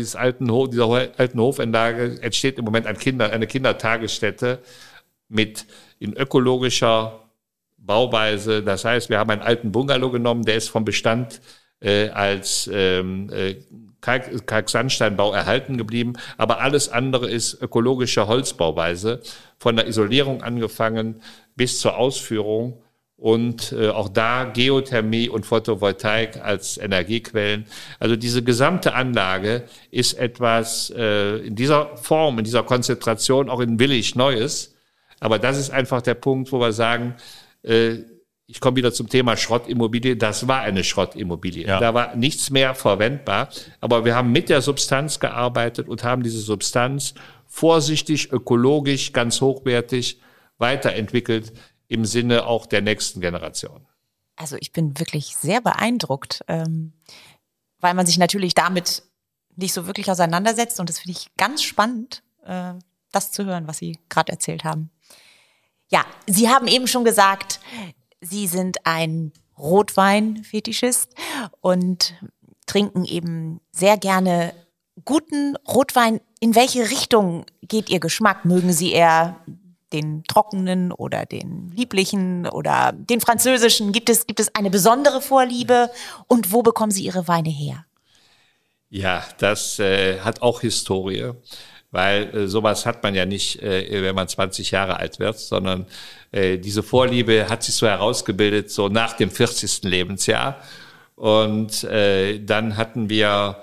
Hofenlage entsteht im Moment eine Kindertagesstätte in ökologischer Bauweise. Das heißt, wir haben einen alten Bungalow genommen, der ist vom Bestand als Kalksandsteinbau erhalten geblieben. Aber alles andere ist ökologische Holzbauweise, von der Isolierung angefangen bis zur Ausführung. Und auch da Geothermie und Photovoltaik als Energiequellen. Also diese gesamte Anlage ist etwas in dieser Form, in dieser Konzentration auch in Willig Neues. Aber das ist einfach der Punkt, wo wir sagen, ich komme wieder zum Thema Schrottimmobilie. Das war eine Schrottimmobilie. Ja. Da war nichts mehr verwendbar. Aber wir haben mit der Substanz gearbeitet und haben diese Substanz vorsichtig, ökologisch, ganz hochwertig weiterentwickelt im Sinne auch der nächsten Generation. Also ich bin wirklich sehr beeindruckt, weil man sich natürlich damit nicht so wirklich auseinandersetzt. Und das finde ich ganz spannend, das zu hören, was Sie gerade erzählt haben. Ja, Sie haben eben schon gesagt, Sie sind ein Rotwein-Fetischist und trinken eben sehr gerne guten Rotwein. In welche Richtung geht Ihr Geschmack? Mögen Sie eher den trockenen oder den lieblichen oder den französischen? Gibt es eine besondere Vorliebe? Und wo bekommen Sie Ihre Weine her? Ja, das hat auch Historie, weil sowas hat man ja nicht, wenn man 20 Jahre alt wird, sondern diese Vorliebe hat sich so herausgebildet, so nach dem 40. Lebensjahr. Und dann hatten wir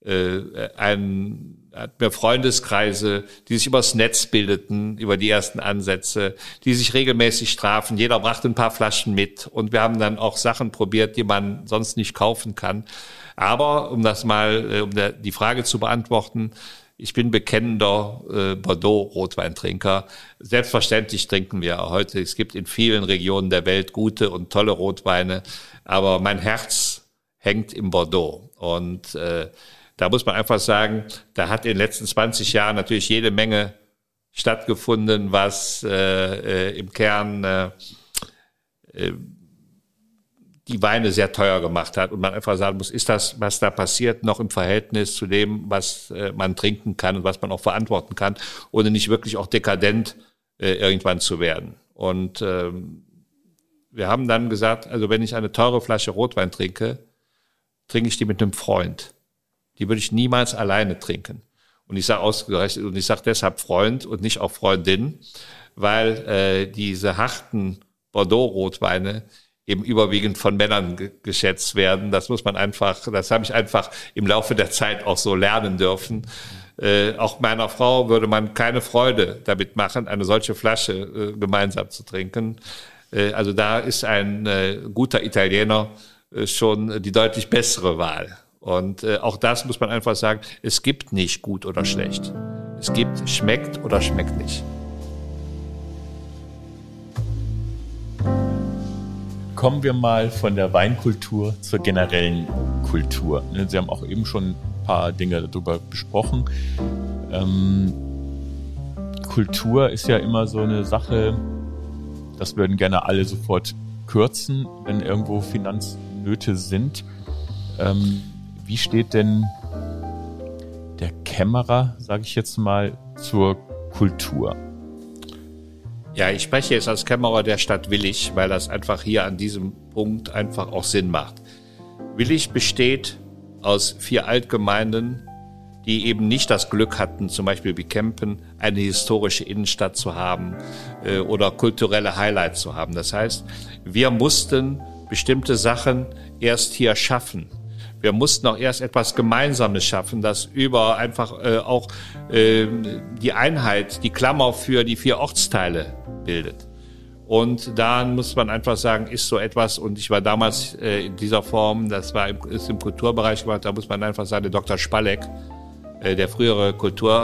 Freundeskreise, die sich übers Netz bildeten, über die ersten Ansätze, die sich regelmäßig trafen. Jeder brachte ein paar Flaschen mit und wir haben dann auch Sachen probiert, die man sonst nicht kaufen kann. Aber um die Frage zu beantworten, ich bin bekennender Bordeaux-Rotweintrinker. Selbstverständlich trinken wir heute. Es gibt in vielen Regionen der Welt gute und tolle Rotweine, aber mein Herz hängt im Bordeaux. Und da muss man einfach sagen, da hat in den letzten 20 Jahren natürlich jede Menge stattgefunden, was im Kern die Weine sehr teuer gemacht hat und man einfach sagen muss, ist das, was da passiert, noch im Verhältnis zu dem, was man trinken kann und was man auch verantworten kann, ohne nicht wirklich auch dekadent irgendwann zu werden. Und wir haben dann gesagt, also wenn ich eine teure Flasche Rotwein trinke, trinke ich die mit einem Freund. Die würde ich niemals alleine trinken. Und ich sage deshalb Freund und nicht auch Freundin, weil diese harten Bordeaux-Rotweine eben überwiegend von Männern geschätzt werden. Das habe ich einfach im Laufe der Zeit auch so lernen dürfen. Auch meiner Frau würde man keine Freude damit machen, eine solche Flasche gemeinsam zu trinken. Also da ist ein guter Italiener schon die deutlich bessere Wahl. Und auch das muss man einfach sagen, es gibt nicht gut oder schlecht. Es gibt schmeckt oder schmeckt nicht. Kommen wir mal von der Weinkultur zur generellen Kultur. Sie haben auch eben schon ein paar Dinge darüber besprochen. Kultur ist ja immer so eine Sache, das würden gerne alle sofort kürzen, wenn irgendwo Finanznöte sind. Wie steht denn der Kämmerer, sage ich jetzt mal, zur Kultur? Ja, ich spreche jetzt als Kämmerer der Stadt Willich, weil das einfach hier an diesem Punkt einfach auch Sinn macht. Willich besteht aus 4 Altgemeinden, die eben nicht das Glück hatten, zum Beispiel wie Kempen, eine historische Innenstadt zu haben oder kulturelle Highlights zu haben. Das heißt, wir mussten bestimmte Sachen erst hier schaffen. Wir mussten auch erst etwas Gemeinsames schaffen, das über einfach auch die Einheit, die Klammer für die 4 Ortsteile bildet. Und da muss man einfach sagen, ist so etwas, und ich war damals in dieser Form, ist im Kulturbereich gemacht, da muss man einfach sagen, der Dr. Spalleck, der frühere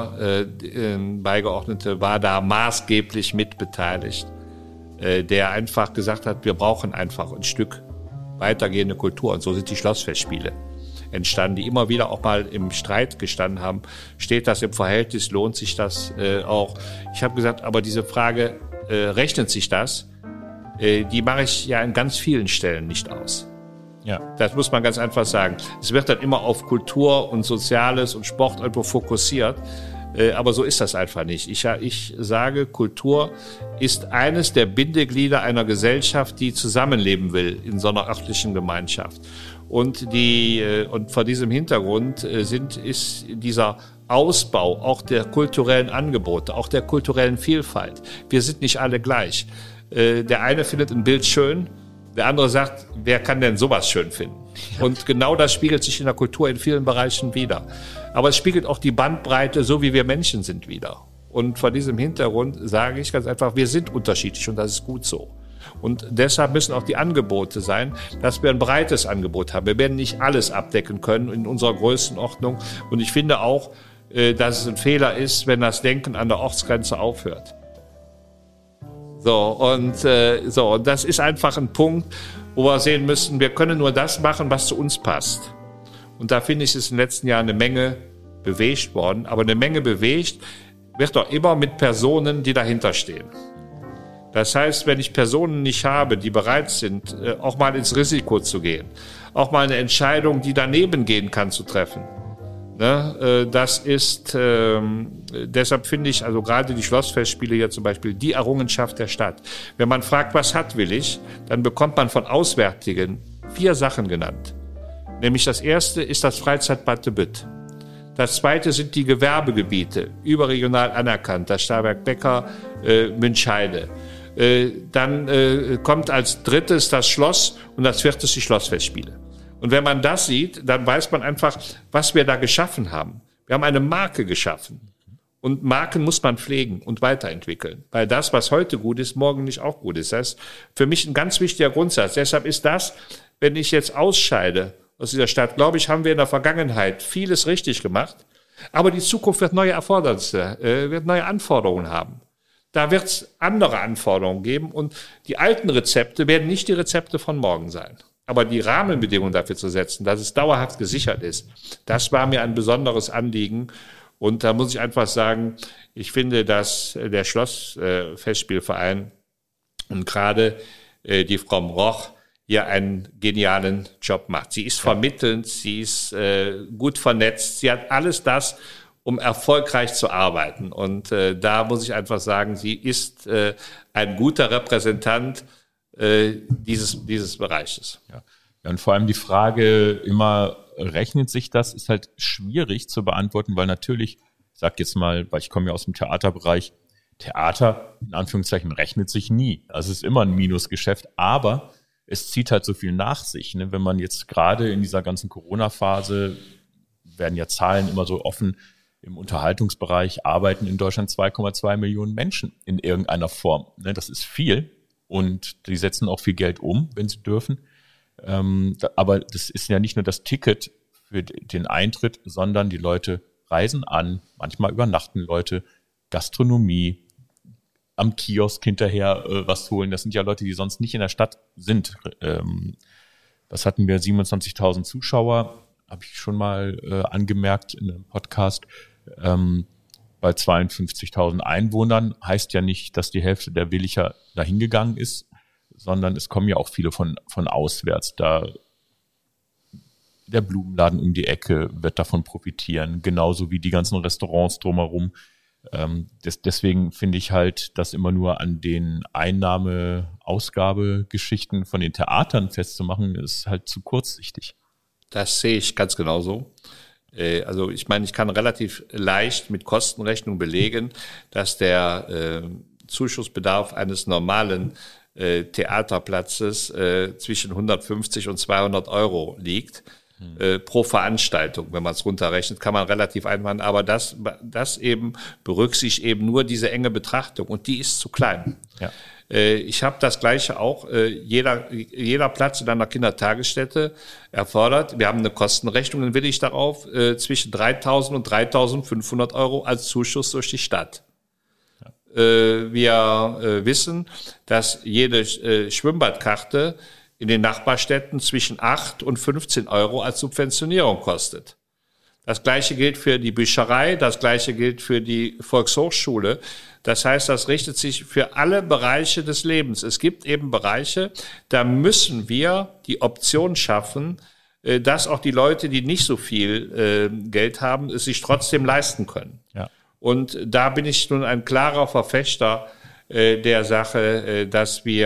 Kulturbeigeordnete, war da maßgeblich mitbeteiligt, der einfach gesagt hat, wir brauchen einfach ein Stück weitergehende Kultur. Und so sind die Schlossfestspiele entstanden, die immer wieder auch mal im Streit gestanden haben. Steht das im Verhältnis? Lohnt sich das auch? Ich habe gesagt, aber diese Frage, rechnet sich das? Die mache ich ja an ganz vielen Stellen nicht aus. Ja. Das muss man ganz einfach sagen. Es wird dann immer auf Kultur und Soziales und Sport irgendwo fokussiert. Aber so ist das einfach nicht. Ich sage, Kultur ist eines der Bindeglieder einer Gesellschaft, die zusammenleben will in so einer örtlichen Gemeinschaft. Und vor diesem Hintergrund ist dieser Ausbau auch der kulturellen Angebote, auch der kulturellen Vielfalt. Wir sind nicht alle gleich. Der eine findet ein Bild schön, der andere sagt, wer kann denn sowas schön finden? Und genau das spiegelt sich in der Kultur in vielen Bereichen wider. Aber es spiegelt auch die Bandbreite, so wie wir Menschen sind, wider. Und vor diesem Hintergrund sage ich ganz einfach, wir sind unterschiedlich und das ist gut so. Und deshalb müssen auch die Angebote sein, dass wir ein breites Angebot haben. Wir werden nicht alles abdecken können in unserer Größenordnung. Und ich finde auch, dass es ein Fehler ist, wenn das Denken an der Ortsgrenze aufhört. Und das ist einfach ein Punkt, wo wir sehen müssen, wir können nur das machen, was zu uns passt. Und da finde ich, ist in den letzten Jahren eine Menge bewegt worden. Aber eine Menge bewegt wird doch immer mit Personen, die dahinter stehen. Das heißt, wenn ich Personen nicht habe, die bereit sind, auch mal ins Risiko zu gehen, auch mal eine Entscheidung, die daneben gehen kann, zu treffen. Das ist, deshalb finde ich, also gerade die Schlossfestspiele hier zum Beispiel, die Errungenschaft der Stadt. Wenn man fragt, was hat Willich, dann bekommt man von Auswärtigen 4 Sachen genannt. Nämlich das erste ist das Freizeitbad de Bütt. Das zweite sind die Gewerbegebiete, überregional anerkannt, das Starwerk Becker, Münchheide. Dann kommt als drittes das Schloss und als viertes die Schlossfestspiele. Und wenn man das sieht, dann weiß man einfach, was wir da geschaffen haben. Wir haben eine Marke geschaffen. Und Marken muss man pflegen und weiterentwickeln. Weil das, was heute gut ist, morgen nicht auch gut ist. Das ist für mich ein ganz wichtiger Grundsatz. Deshalb ist das, wenn ich jetzt ausscheide aus dieser Stadt, glaube ich, haben wir in der Vergangenheit vieles richtig gemacht. Aber die Zukunft wird neue Erfordernisse, wird neue Anforderungen haben. Da wird es andere Anforderungen geben. Und die alten Rezepte werden nicht die Rezepte von morgen sein. Aber die Rahmenbedingungen dafür zu setzen, dass es dauerhaft gesichert ist, das war mir ein besonderes Anliegen. Und da muss ich einfach sagen, ich finde, dass der Schlossfestspielverein und gerade die Frau Roch hier einen genialen Job macht. Sie ist vermittelnd, sie ist gut vernetzt, sie hat alles das, um erfolgreich zu arbeiten. Und da muss ich einfach sagen, sie ist ein guter Repräsentant dieses Bereiches. Ja. Ja, und vor allem die Frage immer, rechnet sich das, ist halt schwierig zu beantworten, weil natürlich, ich sag jetzt mal, weil ich komme ja aus dem Theaterbereich, Theater, in Anführungszeichen, rechnet sich nie. Also es ist immer ein Minusgeschäft, aber es zieht halt so viel nach sich. Ne? Wenn man jetzt gerade in dieser ganzen Corona-Phase, werden ja Zahlen immer so offen, im Unterhaltungsbereich arbeiten in Deutschland 2,2 Millionen Menschen in irgendeiner Form. Ne? Das ist viel. Und die setzen auch viel Geld um, wenn sie dürfen. Aber das ist ja nicht nur das Ticket für den Eintritt, sondern die Leute reisen an, manchmal übernachten Leute, Gastronomie, am Kiosk hinterher was holen. Das sind ja Leute, die sonst nicht in der Stadt sind. Was hatten wir? 27.000 Zuschauer, habe ich schon mal angemerkt in einem Podcast. Bei 52.000 Einwohnern heißt ja nicht, dass die Hälfte der Willicher dahin gegangen ist, sondern es kommen ja auch viele von auswärts. Da der Blumenladen um die Ecke wird davon profitieren, genauso wie die ganzen Restaurants drumherum. Deswegen finde ich halt, das immer nur an den Einnahme-Ausgabe-Geschichten von den Theatern festzumachen, ist halt zu kurzsichtig. Das sehe ich ganz genauso. Also ich meine, ich kann relativ leicht mit Kostenrechnung belegen, dass der Zuschussbedarf eines normalen Theaterplatzes zwischen 150 und 200 Euro liegt pro Veranstaltung. Wenn man es runterrechnet, kann man relativ einwandfrei, aber das eben berücksichtigt eben nur diese enge Betrachtung und die ist zu klein. Ja. Ich habe das Gleiche auch. Jeder Platz in einer Kindertagesstätte erfordert. Wir haben eine Kostenrechnung, dann will ich darauf zwischen 3.000 und 3.500 Euro als Zuschuss durch die Stadt. Ja. Wir wissen, dass jede Schwimmbadkarte in den Nachbarstädten zwischen 8 und 15 Euro als Subventionierung kostet. Das Gleiche gilt für die Bücherei, das Gleiche gilt für die Volkshochschule. Das heißt, das richtet sich für alle Bereiche des Lebens. Es gibt eben Bereiche, da müssen wir die Option schaffen, dass auch die Leute, die nicht so viel Geld haben, es sich trotzdem leisten können. Ja. Und da bin ich nun ein klarer Verfechter der Sache, dass die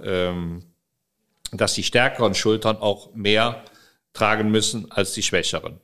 stärkeren Schultern auch mehr tragen müssen als die schwächeren.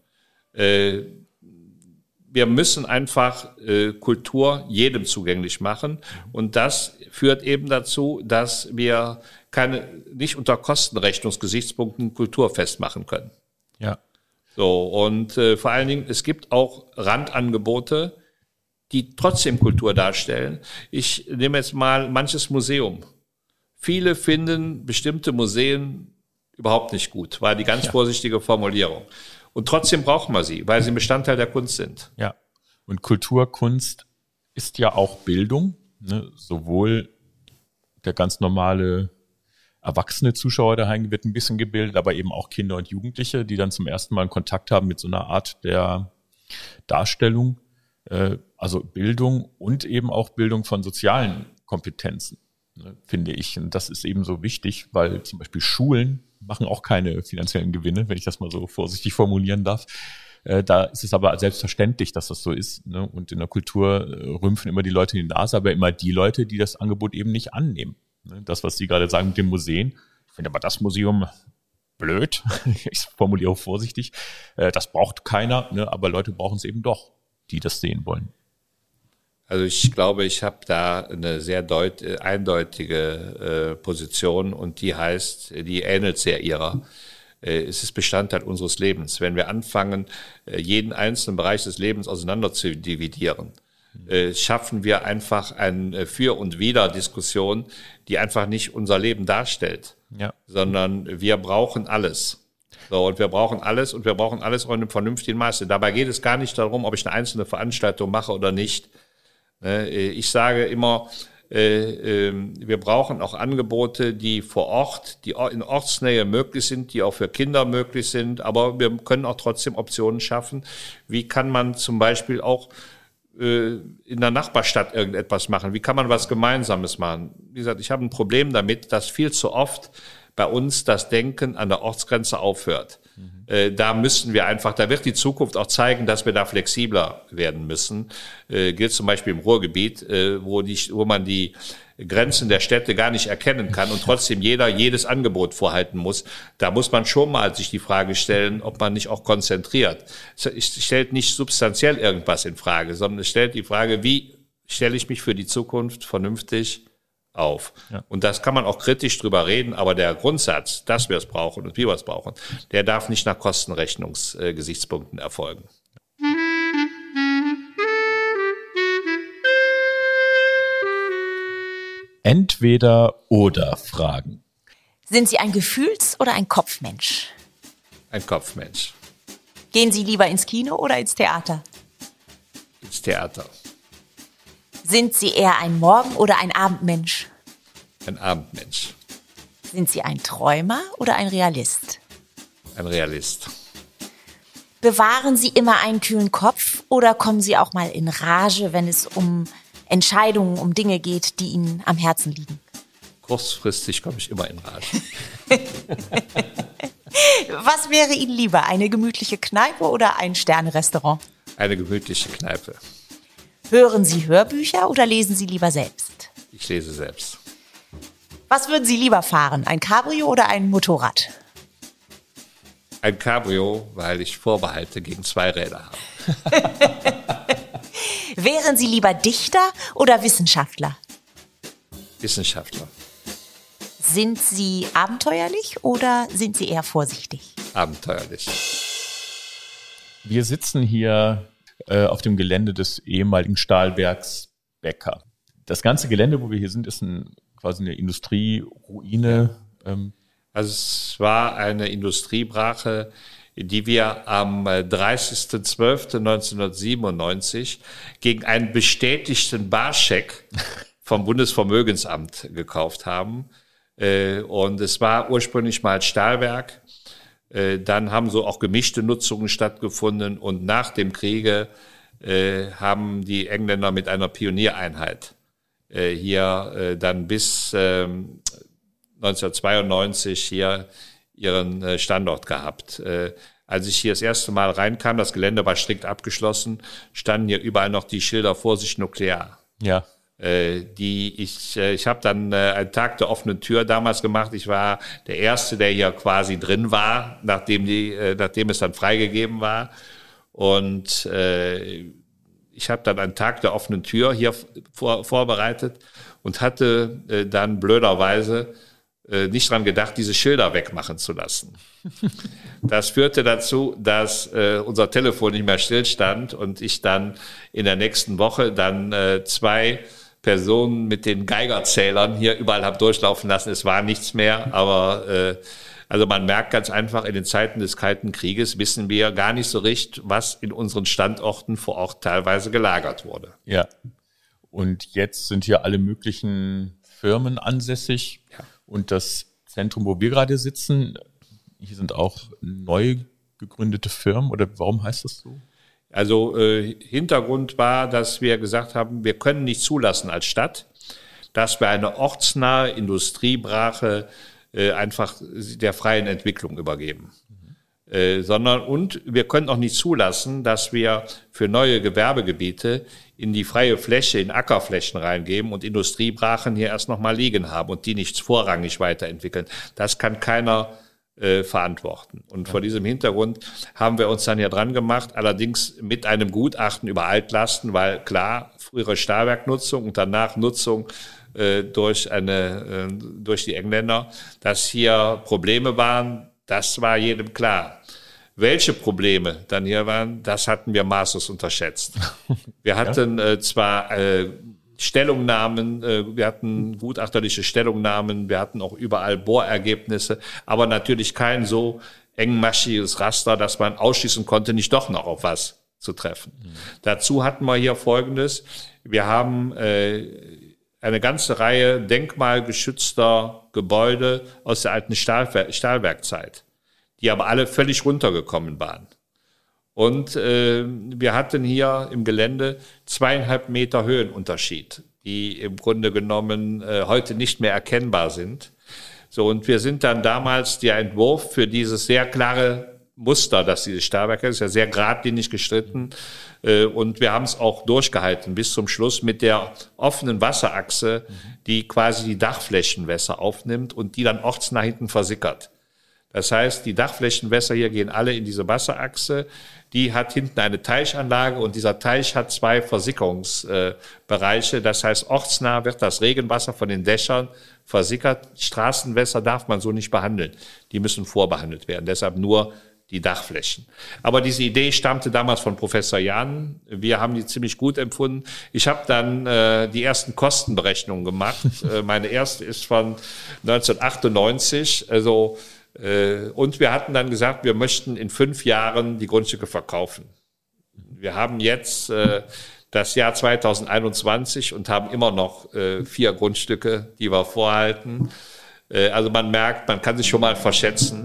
Wir müssen einfach Kultur jedem zugänglich machen und das führt eben dazu, dass wir nicht unter Kostenrechnungsgesichtspunkten Kultur festmachen können. Ja. So und vor allen Dingen, es gibt auch Randangebote, die trotzdem Kultur darstellen. Ich nehme jetzt mal manches Museum. Viele finden bestimmte Museen überhaupt nicht gut, war die ganz vorsichtige Formulierung. Und trotzdem brauchen wir sie, weil sie Bestandteil der Kunst sind. Ja, und Kulturkunst ist ja auch Bildung, ne? Sowohl der ganz normale erwachsene Zuschauer daheim wird ein bisschen gebildet, aber eben auch Kinder und Jugendliche, die dann zum ersten Mal einen Kontakt haben mit so einer Art der Darstellung, also Bildung und eben auch Bildung von sozialen Kompetenzen, ne, finde ich. Und das ist eben so wichtig, weil zum Beispiel Schulen machen auch keine finanziellen Gewinne, wenn ich das mal so vorsichtig formulieren darf. Da ist es aber selbstverständlich, dass das so ist, ne? Und in der Kultur rümpfen immer die Leute in die Nase, aber immer die Leute, die das Angebot eben nicht annehmen. Ne? Das, was Sie gerade sagen mit den Museen, ich finde aber das Museum blöd, ich formuliere auch vorsichtig, das braucht keiner, ne? Aber Leute brauchen es eben doch, die das sehen wollen. Also ich glaube, ich habe da eine sehr eindeutige Position und die heißt, die ähnelt sehr ihrer. Es ist Bestandteil unseres Lebens. Wenn wir anfangen, jeden einzelnen Bereich des Lebens auseinander zu dividieren, schaffen wir einfach eine Für- und Wider-Diskussion, die einfach nicht unser Leben darstellt, sondern wir brauchen alles. So, und wir brauchen alles und wir brauchen alles auch in einem vernünftigen Maße. Dabei geht es gar nicht darum, ob ich eine einzelne Veranstaltung mache oder nicht. Ich sage immer, wir brauchen auch Angebote, die vor Ort, die in Ortsnähe möglich sind, die auch für Kinder möglich sind, aber wir können auch trotzdem Optionen schaffen. Wie kann man zum Beispiel auch in der Nachbarstadt irgendetwas machen? Wie kann man was Gemeinsames machen? Wie gesagt, ich habe ein Problem damit, dass viel zu oft bei uns das Denken an der Ortsgrenze aufhört. Da müssen wir einfach, da wird die Zukunft auch zeigen, dass wir da flexibler werden müssen. Gilt zum Beispiel im Ruhrgebiet, wo man die Grenzen der Städte gar nicht erkennen kann und trotzdem jeder jedes Angebot vorhalten muss. Da muss man schon mal sich die Frage stellen, ob man nicht auch konzentriert. Es stellt nicht substanziell irgendwas in Frage, sondern es stellt die Frage, wie stelle ich mich für die Zukunft vernünftig auf. Ja. Und das kann man auch kritisch drüber reden, aber der Grundsatz, dass wir es brauchen und wie wir es brauchen, der darf nicht nach Kostenrechnungsgesichtspunkten erfolgen. Entweder-oder-Fragen. Sind Sie ein Gefühls- oder ein Kopfmensch? Ein Kopfmensch. Gehen Sie lieber ins Kino oder ins Theater? Ins Theater. Sind Sie eher ein Morgen- oder ein Abendmensch? Ein Abendmensch. Sind Sie ein Träumer oder ein Realist? Ein Realist. Bewahren Sie immer einen kühlen Kopf oder kommen Sie auch mal in Rage, wenn es um Entscheidungen, um Dinge geht, die Ihnen am Herzen liegen? Kurzfristig komme ich immer in Rage. Was wäre Ihnen lieber, eine gemütliche Kneipe oder ein Sterne-Restaurant? Eine gemütliche Kneipe. Hören Sie Hörbücher oder lesen Sie lieber selbst? Ich lese selbst. Was würden Sie lieber fahren, ein Cabrio oder ein Motorrad? Ein Cabrio, weil ich Vorbehalte gegen Zweiräder habe. Wären Sie lieber Dichter oder Wissenschaftler? Wissenschaftler. Sind Sie abenteuerlich oder sind Sie eher vorsichtig? Abenteuerlich. Wir sitzen hier auf dem Gelände des ehemaligen Stahlwerks Becker. Das ganze Gelände, wo wir hier sind, ist quasi eine Industrieruine. Also es war eine Industriebrache, die wir am 30.12.1997 gegen einen bestätigten Barscheck vom Bundesvermögensamt gekauft haben. Und es war ursprünglich mal Stahlwerk. Dann haben so auch gemischte Nutzungen stattgefunden und nach dem Kriege haben die Engländer mit einer Pioniereinheit hier dann bis 1992 hier ihren Standort gehabt. Als ich hier das erste Mal reinkam, das Gelände war strikt abgeschlossen, standen hier überall noch die Schilder Vorsicht nuklear. Ja. Ich habe dann einen Tag der offenen Tür damals gemacht. Ich war der Erste, der hier quasi drin war, nachdem es dann freigegeben war. Und ich habe dann einen Tag der offenen Tür hier vorbereitet und hatte dann blöderweise nicht dran gedacht, diese Schilder wegmachen zu lassen. Das führte dazu, dass unser Telefon nicht mehr stillstand und ich dann in der nächsten Woche dann 2 Personen mit den Geigerzählern hier überall habe durchlaufen lassen. Es war nichts mehr, aber also man merkt ganz einfach, in den Zeiten des Kalten Krieges wissen wir gar nicht so richtig, was in unseren Standorten vor Ort teilweise gelagert wurde. Ja. Und jetzt sind hier alle möglichen Firmen ansässig. Ja. Und das Zentrum, wo wir gerade sitzen, hier sind auch neu gegründete Firmen. Oder warum heißt das so? Also Hintergrund war, dass wir gesagt haben, wir können nicht zulassen als Stadt, dass wir eine ortsnahe Industriebrache einfach der freien Entwicklung übergeben. Und wir können auch nicht zulassen, dass wir für neue Gewerbegebiete in die freie Fläche, in Ackerflächen reingeben und Industriebrachen hier erst noch mal liegen haben und die nicht vorrangig weiterentwickeln. Das kann keiner verantworten. Und vor diesem Hintergrund haben wir uns dann ja dran gemacht, allerdings mit einem Gutachten über Altlasten, weil klar, frühere Stahlwerknutzung und danach Nutzung durch die Engländer, dass hier Probleme waren, das war jedem klar. Welche Probleme dann hier waren, das hatten wir maßlos unterschätzt. Wir hatten zwar Stellungnahmen, wir hatten gutachterliche Stellungnahmen, wir hatten auch überall Bohrergebnisse, aber natürlich kein so engmaschiges Raster, dass man ausschließen konnte, nicht doch noch auf was zu treffen. Dazu hatten wir hier Folgendes. Wir haben eine ganze Reihe denkmalgeschützter Gebäude aus der alten Stahlwerkzeit, die aber alle völlig runtergekommen waren. Und wir hatten hier im Gelände 2,5 Meter Höhenunterschied, die im Grunde genommen heute nicht mehr erkennbar sind. So, und wir sind dann damals der Entwurf für dieses sehr klare Muster, dass dieses Stahlwerk ist ja sehr geradlinig gestritten. Und wir haben es auch durchgehalten bis zum Schluss mit der offenen Wasserachse, die quasi die Dachflächenwässer aufnimmt und die dann ortsnah hinten versickert. Das heißt, die Dachflächenwässer hier gehen alle in diese Wasserachse. Die hat hinten eine Teichanlage und dieser Teich hat 2 Versickerungsbereiche. Das heißt, ortsnah wird das Regenwasser von den Dächern versickert. Straßenwässer darf man so nicht behandeln. Die müssen vorbehandelt werden. Deshalb nur die Dachflächen. Aber diese Idee stammte damals von Professor Jahn. Wir haben die ziemlich gut empfunden. Ich habe dann die ersten Kostenberechnungen gemacht. Meine erste ist von 1998. Und wir hatten dann gesagt, wir möchten in 5 Jahren die Grundstücke verkaufen. Wir haben jetzt das Jahr 2021 und haben immer noch 4 Grundstücke, die wir vorhalten. Also man merkt, man kann sich schon mal verschätzen.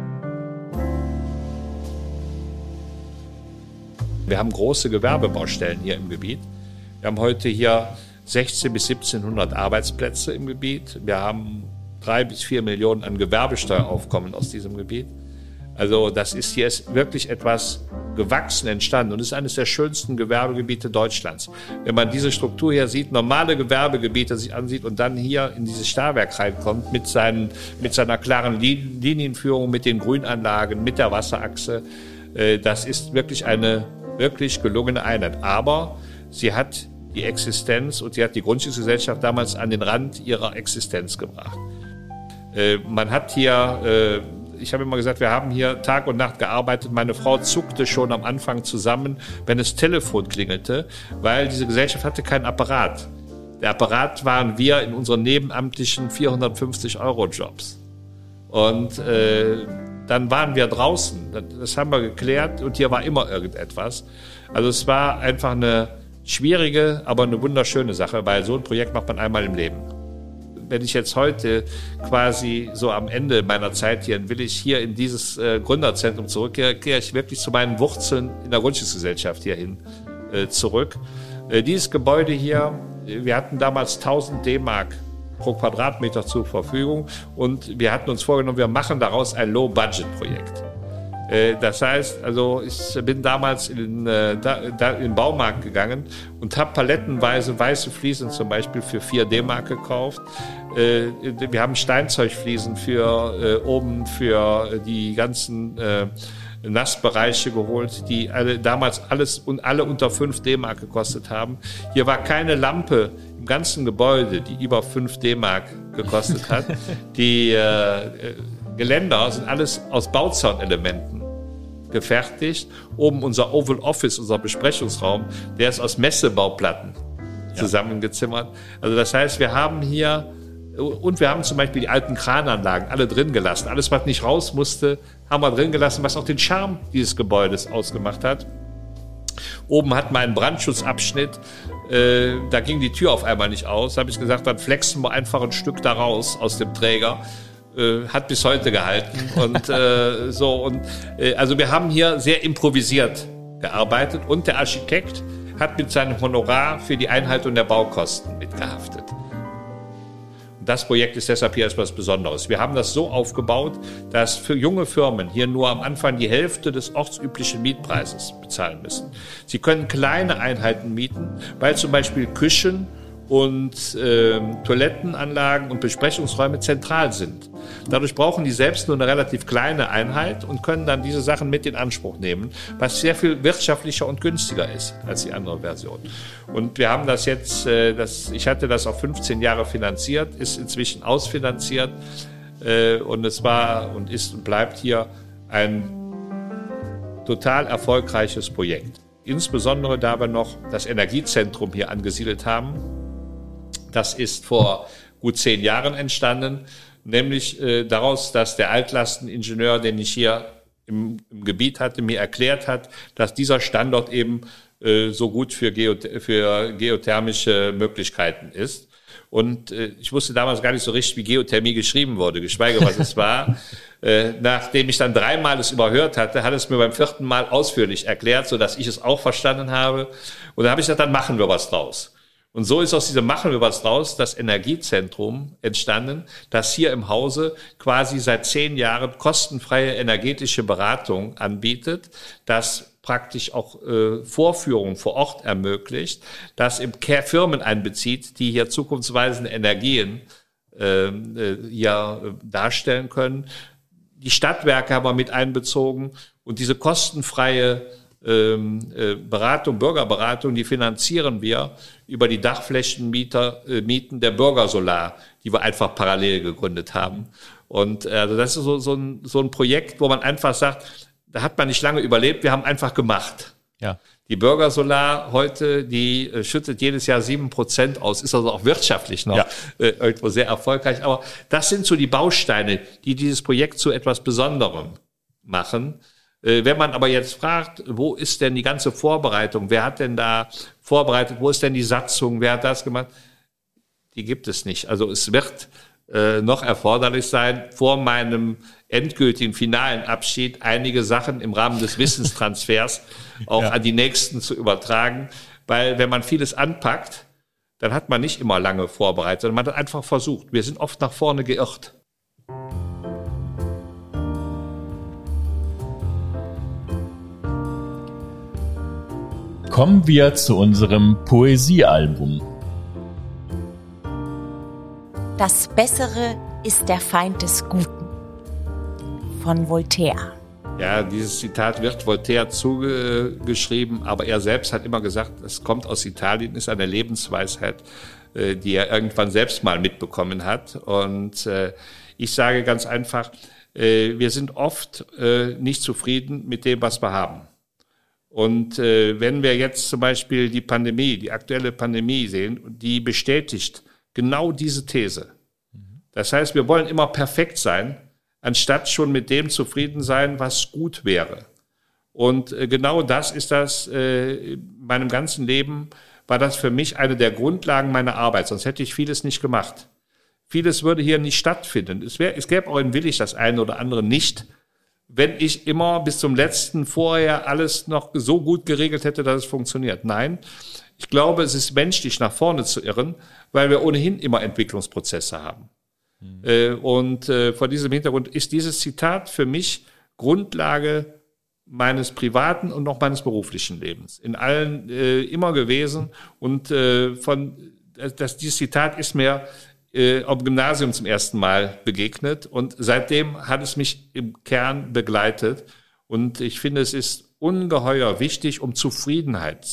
Wir haben große Gewerbebaustellen hier im Gebiet. Wir haben heute hier 16 bis 1700 Arbeitsplätze im Gebiet. Wir haben 3 bis 4 Millionen an Gewerbesteueraufkommen aus diesem Gebiet. Also das ist hier ist wirklich etwas gewachsen entstanden und ist eines der schönsten Gewerbegebiete Deutschlands. Wenn man diese Struktur hier sieht, normale Gewerbegebiete sich ansieht und dann hier in dieses Stahlwerk reinkommt mit seiner klaren Linienführung, mit den Grünanlagen, mit der Wasserachse, das ist wirklich eine wirklich gelungene Einheit. Aber sie hat die Existenz und sie hat die Grundstücksgesellschaft damals an den Rand ihrer Existenz gebracht. Man hat hier, ich habe immer gesagt, wir haben hier Tag und Nacht gearbeitet. Meine Frau zuckte schon am Anfang zusammen, wenn das Telefon klingelte, weil diese Gesellschaft hatte keinen Apparat. Der Apparat waren wir in unseren nebenamtlichen 450-Euro-Jobs. Und dann waren wir draußen. Das haben wir geklärt und hier war immer irgendetwas. Also es war einfach eine schwierige, aber eine wunderschöne Sache, weil so ein Projekt macht man einmal im Leben. Wenn ich jetzt heute quasi so am Ende meiner Zeit hier, will ich hier in dieses Gründerzentrum zurückkehren, kehre ich wirklich zu meinen Wurzeln in der Grundstücksgesellschaft hierhin zurück. Dieses Gebäude hier, wir hatten damals 1000 D-Mark pro Quadratmeter zur Verfügung und wir hatten uns vorgenommen, wir machen daraus ein Low-Budget-Projekt. Das heißt, also ich bin damals in den Baumarkt gegangen und habe palettenweise weiße Fliesen zum Beispiel für 4 D-Mark gekauft. Wir haben Steinzeugfliesen für oben für die ganzen Nassbereiche geholt, die alle unter 5 D-Mark gekostet haben. Hier war keine Lampe ganzen Gebäude, die über 5 D-Mark gekostet hat, die Geländer sind alles aus Bauzaunelementen gefertigt. Oben unser Oval Office, unser Besprechungsraum, der ist aus Messebauplatten zusammengezimmert. Also das heißt, wir haben hier, und wir haben zum Beispiel die alten Krananlagen alle drin gelassen. Alles, was nicht raus musste, haben wir drin gelassen, was auch den Charme dieses Gebäudes ausgemacht hat. Oben hatten wir einen Brandschutzabschnitt, da ging die Tür auf einmal nicht aus. Da habe ich gesagt, dann flexen wir einfach ein Stück da raus aus dem Träger. Hat bis heute gehalten. Und also wir haben hier sehr improvisiert gearbeitet und der Architekt hat mit seinem Honorar für die Einhaltung der Baukosten mitgehaftet. Das Projekt ist deshalb hier etwas Besonderes. Wir haben das so aufgebaut, dass für junge Firmen hier nur am Anfang die Hälfte des ortsüblichen Mietpreises bezahlen müssen. Sie können kleine Einheiten mieten, weil zum Beispiel Küchen und Toilettenanlagen und Besprechungsräume zentral sind. Dadurch brauchen die selbst nur eine relativ kleine Einheit und können dann diese Sachen mit in Anspruch nehmen, was sehr viel wirtschaftlicher und günstiger ist als die andere Version. Und wir haben das jetzt, ich hatte das auf 15 Jahre finanziert, ist inzwischen ausfinanziert und es war und ist und bleibt hier ein total erfolgreiches Projekt. Insbesondere da wir noch das Energiezentrum hier angesiedelt haben. Das ist vor gut 10 Jahren entstanden, nämlich daraus, dass der Altlasteningenieur, den ich hier im Gebiet hatte, mir erklärt hat, dass dieser Standort eben so gut für geothermische Möglichkeiten ist. Und ich wusste damals gar nicht so richtig, wie Geothermie geschrieben wurde, geschweige was es war. Nachdem ich dann 3-mal es überhört hatte, hat es mir beim 4. Mal ausführlich erklärt, sodass ich es auch verstanden habe. Und da habe ich gesagt, dann machen wir was draus. Und so ist aus diesem Machen wir was draus das Energiezentrum entstanden, das hier im Hause quasi seit 10 Jahren kostenfreie energetische Beratung anbietet, das praktisch auch Vorführungen vor Ort ermöglicht, das im Firmen einbezieht, die hier zukunftsweisende Energien darstellen können. Die Stadtwerke haben wir mit einbezogen und diese kostenfreie Bürgerberatung, die finanzieren wir über die Dachflächenmieten der Bürgersolar, die wir einfach parallel gegründet haben. Und also das ist so ein Projekt, wo man einfach sagt, da hat man nicht lange überlebt, wir haben einfach gemacht. Ja. Die Bürgersolar heute, die schüttet jedes Jahr 7% aus, ist also auch wirtschaftlich noch irgendwo sehr erfolgreich. Aber das sind so die Bausteine, die dieses Projekt zu etwas Besonderem machen. Wenn man aber jetzt fragt, wo ist denn die ganze Vorbereitung? Wer hat denn da vorbereitet? Wo ist denn die Satzung? Wer hat das gemacht? Die gibt es nicht. Also es wird noch erforderlich sein, vor meinem endgültigen finalen Abschied einige Sachen im Rahmen des Wissenstransfers auch an die Nächsten zu übertragen. Weil wenn man vieles anpackt, dann hat man nicht immer lange vorbereitet, sondern man hat einfach versucht. Wir sind oft nach vorne geirrt. Kommen wir zu unserem Poesiealbum. Das Bessere ist der Feind des Guten von Voltaire. Ja, dieses Zitat wird Voltaire zugeschrieben, aber er selbst hat immer gesagt, es kommt aus Italien, ist eine Lebensweisheit, die er irgendwann selbst mal mitbekommen hat. Und ich sage ganz einfach, wir sind oft nicht zufrieden mit dem, was wir haben. Und wenn wir jetzt zum Beispiel die aktuelle Pandemie sehen, die bestätigt genau diese These. Das heißt, wir wollen immer perfekt sein, anstatt schon mit dem zufrieden sein, was gut wäre. Und genau das ist das, in meinem ganzen Leben war das für mich eine der Grundlagen meiner Arbeit, sonst hätte ich vieles nicht gemacht. Vieles würde hier nicht stattfinden. Es gäbe auch in Willich das eine oder andere nicht, wenn ich immer bis zum letzten vorher alles noch so gut geregelt hätte, dass es funktioniert. Nein, ich glaube, es ist menschlich, nach vorne zu irren, weil wir ohnehin immer Entwicklungsprozesse haben. Und vor diesem Hintergrund ist dieses Zitat für mich Grundlage meines privaten und auch meines beruflichen Lebens. In allen immer gewesen. Und dieses Zitat ist mir am Gymnasium zum ersten Mal begegnet und seitdem hat es mich im Kern begleitet und ich finde, es ist ungeheuer wichtig, um Zufriedenheit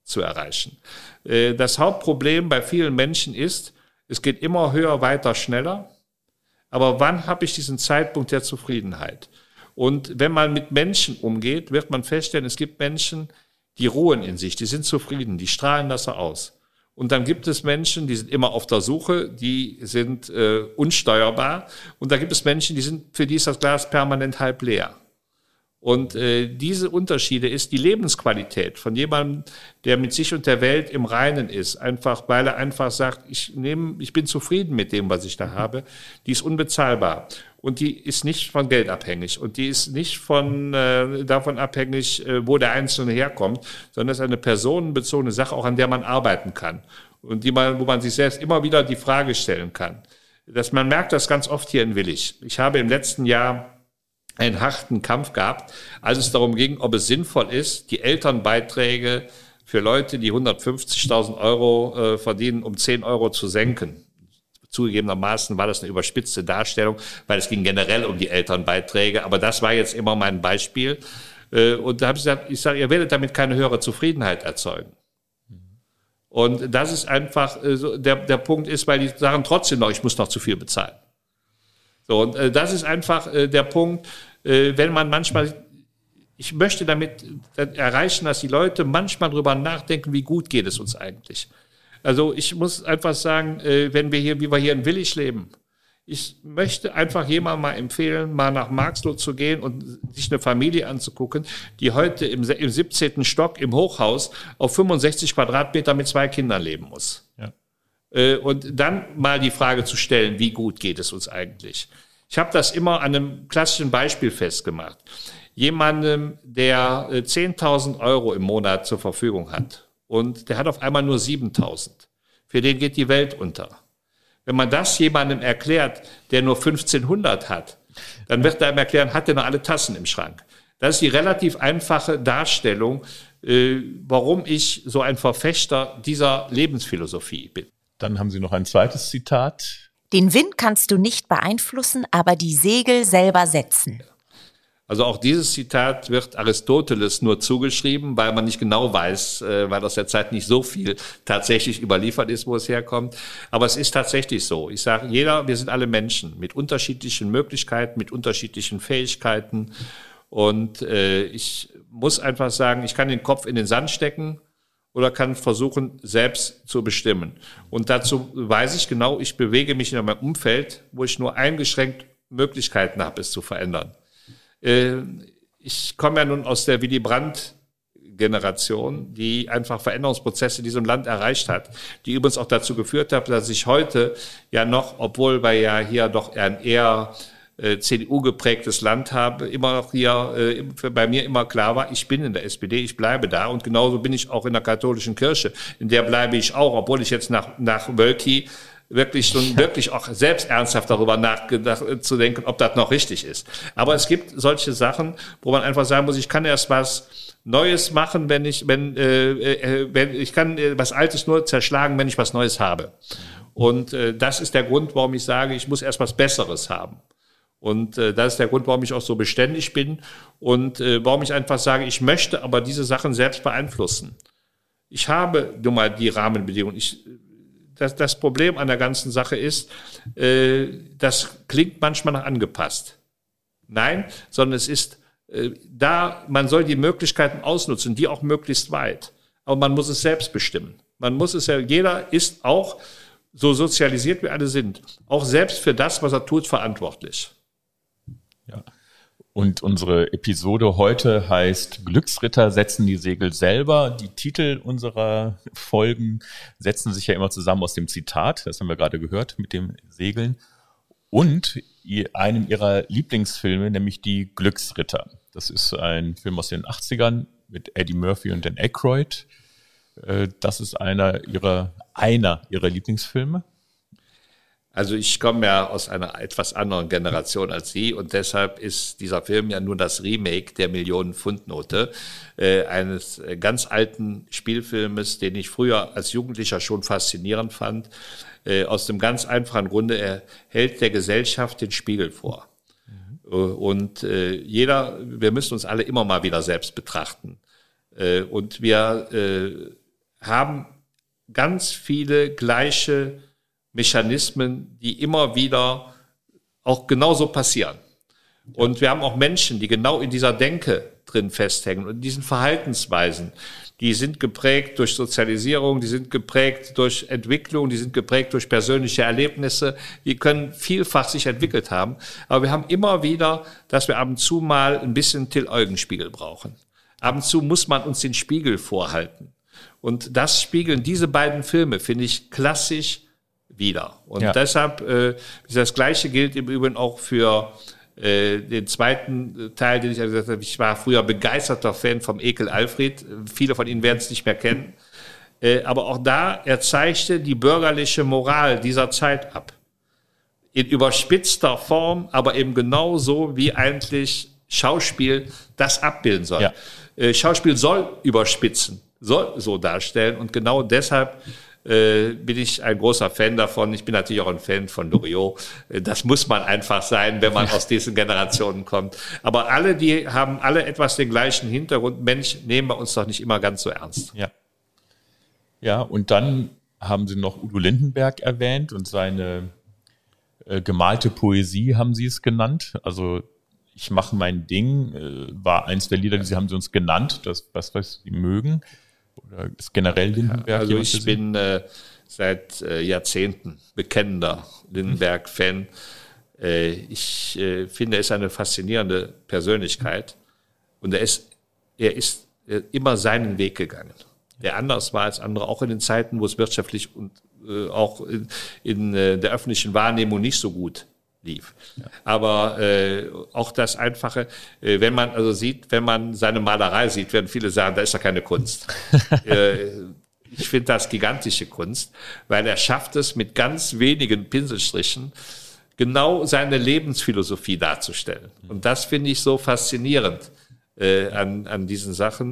zu erreichen. Das Hauptproblem bei vielen Menschen ist, es geht immer höher, weiter, schneller. Aber wann habe ich diesen Zeitpunkt der Zufriedenheit? Und wenn man mit Menschen umgeht, wird man feststellen, es gibt Menschen, die ruhen in sich, die sind zufrieden, die strahlen das aus. Und dann gibt es Menschen, die sind immer auf der Suche, die sind unsteuerbar. Und da gibt es Menschen, für die ist das Glas permanent halb leer. Und diese Unterschiede ist die Lebensqualität von jemandem, der mit sich und der Welt im Reinen ist, einfach weil er einfach sagt, ich bin zufrieden mit dem, was ich da habe, die ist unbezahlbar. Und die ist nicht von Geld abhängig und die ist nicht davon abhängig, wo der Einzelne herkommt, sondern es ist eine personenbezogene Sache, auch an der man arbeiten kann und wo man sich selbst immer wieder die Frage stellen kann. Man merkt das ganz oft hier in Willich. Ich habe im letzten Jahr einen harten Kampf gehabt, als es darum ging, ob es sinnvoll ist, die Elternbeiträge für Leute, die 150.000 Euro verdienen, um 10 Euro zu senken. Zugegebenermaßen war das eine überspitzte Darstellung, weil es ging generell um die Elternbeiträge, aber das war jetzt immer mein Beispiel. Und da habe ich gesagt, ihr werdet damit keine höhere Zufriedenheit erzeugen. Und das ist einfach der Punkt ist, weil die sagen trotzdem noch, ich muss noch zu viel bezahlen. So, und das ist einfach der Punkt, wenn man manchmal, ich möchte damit erreichen, dass die Leute manchmal drüber nachdenken, wie gut geht es uns eigentlich. Also ich muss einfach sagen, wie wir hier in Willich leben, ich möchte einfach jemandem mal empfehlen, mal nach Marxloh zu gehen und sich eine Familie anzugucken, die heute im 17. Stock im Hochhaus auf 65 Quadratmeter mit 2 Kindern leben muss. Ja. Und dann mal die Frage zu stellen, wie gut geht es uns eigentlich? Ich habe das immer an einem klassischen Beispiel festgemacht. Jemandem, der 10.000 Euro im Monat zur Verfügung hat und der hat auf einmal nur 7.000. Für den geht die Welt unter. Wenn man das jemandem erklärt, der nur 1.500 hat, dann wird er ihm erklären, hat er noch alle Tassen im Schrank. Das ist die relativ einfache Darstellung, warum ich so ein Verfechter dieser Lebensphilosophie bin. Dann haben Sie noch ein zweites Zitat. Den Wind kannst du nicht beeinflussen, aber die Segel selber setzen. Also auch dieses Zitat wird Aristoteles nur zugeschrieben, weil man nicht genau weiß, weil aus der Zeit nicht so viel tatsächlich überliefert ist, wo es herkommt. Aber es ist tatsächlich so. Ich sage, wir sind alle Menschen mit unterschiedlichen Möglichkeiten, mit unterschiedlichen Fähigkeiten. Und ich muss einfach sagen, ich kann den Kopf in den Sand stecken oder kann versuchen, selbst zu bestimmen. Und dazu weiß ich genau, ich bewege mich in einem Umfeld, wo ich nur eingeschränkt Möglichkeiten habe, es zu verändern. Ich komme ja nun aus der Willy Brandt-Generation, die einfach Veränderungsprozesse in diesem Land erreicht hat, die übrigens auch dazu geführt hat, dass ich heute ja noch, obwohl wir ja hier doch ein eher CDU-geprägtes Land habe, immer noch hier bei mir immer klar war, ich bin in der SPD, ich bleibe da und genauso bin ich auch in der katholischen Kirche, in der bleibe ich auch, obwohl ich jetzt nach Wölki wirklich auch selbst ernsthaft darüber nachgedacht zu denken, ob das noch richtig ist. Aber es gibt solche Sachen, wo man einfach sagen muss, ich kann erst was Neues machen, wenn ich kann was Altes nur zerschlagen, wenn ich was Neues habe. Und das ist der Grund, warum ich sage, ich muss erst was Besseres haben. Und das ist der Grund, warum ich auch so beständig bin und warum ich einfach sage, ich möchte aber diese Sachen selbst beeinflussen. Ich habe nun mal die Rahmenbedingungen. Das Problem an der ganzen Sache ist, das klingt manchmal nach angepasst. Nein, sondern es ist man soll die Möglichkeiten ausnutzen, die auch möglichst weit. Aber man muss es selbst bestimmen. Jeder ist auch, so sozialisiert wir alle sind, auch selbst für das, was er tut, verantwortlich. Ja. Und unsere Episode heute heißt Glücksritter setzen die Segel selber. Die Titel unserer Folgen setzen sich ja immer zusammen aus dem Zitat, das haben wir gerade gehört, mit dem Segeln, und einem ihrer Lieblingsfilme, nämlich die Glücksritter. Das ist ein Film aus den 80ern mit Eddie Murphy und Dan Aykroyd. Das ist einer ihrer Lieblingsfilme. Also ich komme ja aus einer etwas anderen Generation als Sie und deshalb ist dieser Film ja nur das Remake der Millionen-Pfund-Note eines ganz alten Spielfilmes, den ich früher als Jugendlicher schon faszinierend fand. Aus dem ganz einfachen Grunde, er hält der Gesellschaft den Spiegel vor. Und wir müssen uns alle immer mal wieder selbst betrachten. Und wir haben ganz viele gleiche Mechanismen, die immer wieder auch genauso passieren. Und wir haben auch Menschen, die genau in dieser Denke drin festhängen und in diesen Verhaltensweisen. Die sind geprägt durch Sozialisierung, die sind geprägt durch Entwicklung, die sind geprägt durch persönliche Erlebnisse. Die können vielfach sich entwickelt haben. Aber wir haben immer wieder, dass wir ab und zu mal ein bisschen Till-Eugenspiegel brauchen. Ab und zu muss man uns den Spiegel vorhalten. Und das spiegeln diese beiden Filme, finde ich, klassisch wider. Und deshalb, das Gleiche gilt im Übrigen auch für den zweiten Teil, den ich gesagt habe. Ich war früher begeisterter Fan vom Ekel Alfred. Viele von Ihnen werden es nicht mehr kennen. Aber auch da, er zeigte die bürgerliche Moral dieser Zeit ab. In überspitzter Form, aber eben genauso, wie eigentlich Schauspiel das abbilden soll. Ja. Schauspiel soll überspitzen, soll so darstellen. Und genau deshalb bin ich ein großer Fan davon. Ich bin natürlich auch ein Fan von Loriot. Das muss man einfach sein, wenn man aus diesen Generationen kommt. Aber alle, die haben alle etwas den gleichen Hintergrund. Mensch, nehmen wir uns doch nicht immer ganz so ernst. Ja. Ja, und dann haben Sie noch Udo Lindenberg erwähnt und seine gemalte Poesie, haben Sie es genannt. Also ich mache mein Ding, war eins der Lieder, die haben Sie uns genannt, das, was Sie mögen. Oder ist generell Lindenberg? Also ich bin seit Jahrzehnten bekennender Lindenberg-Fan. Ich finde, er ist eine faszinierende Persönlichkeit und er ist immer seinen Weg gegangen, der anders war als andere, auch in den Zeiten, wo es wirtschaftlich und auch in der öffentlichen Wahrnehmung nicht so gut lief. Ja. Aber auch das Einfache, wenn man also sieht, wenn man seine Malerei sieht, werden viele sagen, da ist ja keine Kunst. Ich finde das gigantische Kunst, weil er schafft es mit ganz wenigen Pinselstrichen genau seine Lebensphilosophie darzustellen. Und das finde ich so faszinierend an diesen Sachen.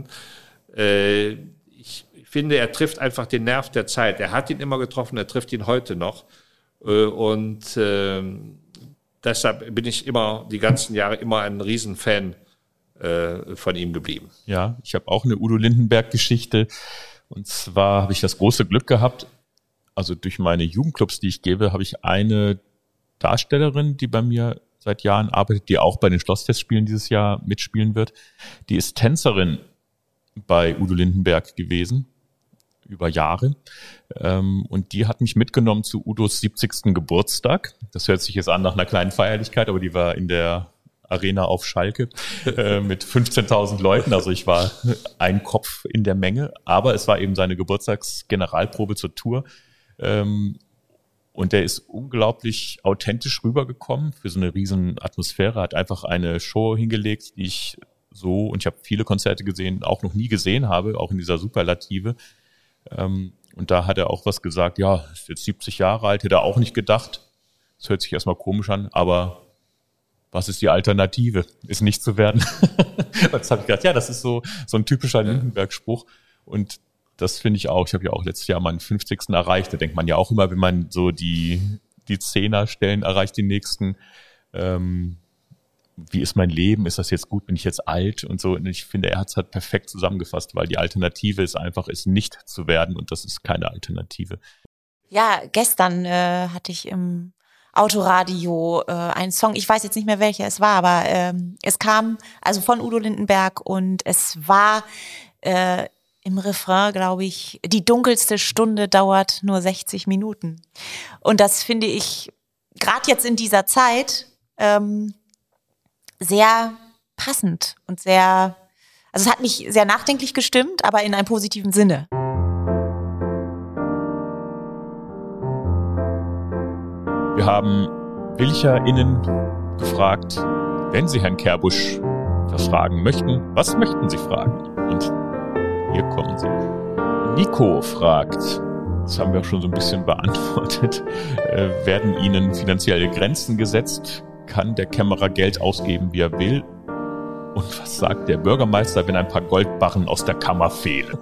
Ich finde, er trifft einfach den Nerv der Zeit. Er hat ihn immer getroffen, er trifft ihn heute noch. Und deshalb bin ich immer die ganzen Jahre immer ein Riesenfan von ihm geblieben. Ja, ich habe auch eine Udo Lindenberg-Geschichte. Und zwar habe ich das große Glück gehabt, also durch meine Jugendclubs, die ich gebe, habe ich eine Darstellerin, die bei mir seit Jahren arbeitet, die auch bei den Schlossfestspielen dieses Jahr mitspielen wird. Die ist Tänzerin bei Udo Lindenberg gewesen, über Jahre. Und die hat mich mitgenommen zu Udos 70. Geburtstag. Das hört sich jetzt an nach einer kleinen Feierlichkeit, aber die war in der Arena auf Schalke mit 15.000 Leuten. Also ich war ein Kopf in der Menge, aber es war eben seine Geburtstagsgeneralprobe zur Tour. Und der ist unglaublich authentisch rübergekommen für so eine riesen Atmosphäre, hat einfach eine Show hingelegt, die ich so, und ich habe viele Konzerte gesehen, auch noch nie gesehen habe, auch in dieser Superlative. Und da hat er auch was gesagt, ja, ist jetzt 70 Jahre alt, hätte er auch nicht gedacht. Das hört sich erstmal komisch an, aber was ist die Alternative? Ist nicht zu werden. Das habe ich gedacht, ja, das ist so ein typischer Lindenberg-Spruch. Und das finde ich auch. Ich habe ja auch letztes Jahr meinen 50. erreicht. Da denkt man ja auch immer, wenn man so die 10er-Stellen erreicht, die nächsten, wie ist mein Leben? Ist das jetzt gut? Bin ich jetzt alt? Und so. Und ich finde, er hat es halt perfekt zusammengefasst, weil die Alternative ist einfach, es nicht zu werden. Und das ist keine Alternative. Ja, gestern hatte ich im Autoradio einen Song, ich weiß jetzt nicht mehr welcher es war, aber es kam also von Udo Lindenberg und es war im Refrain, glaube ich, die dunkelste Stunde dauert nur 60 Minuten. Und das finde ich gerade jetzt in dieser Zeit sehr passend und sehr, also es hat mich sehr nachdenklich gestimmt, aber in einem positiven Sinne. Wir haben WilcherInnen gefragt, wenn Sie Herrn Kerbusch was fragen möchten, was möchten Sie fragen? Und hier kommen sie. Nico fragt, das haben wir auch schon so ein bisschen beantwortet, werden Ihnen finanzielle Grenzen gesetzt? Kann der Kämmerer Geld ausgeben, wie er will? Und was sagt der Bürgermeister, wenn ein paar Goldbarren aus der Kammer fehlen?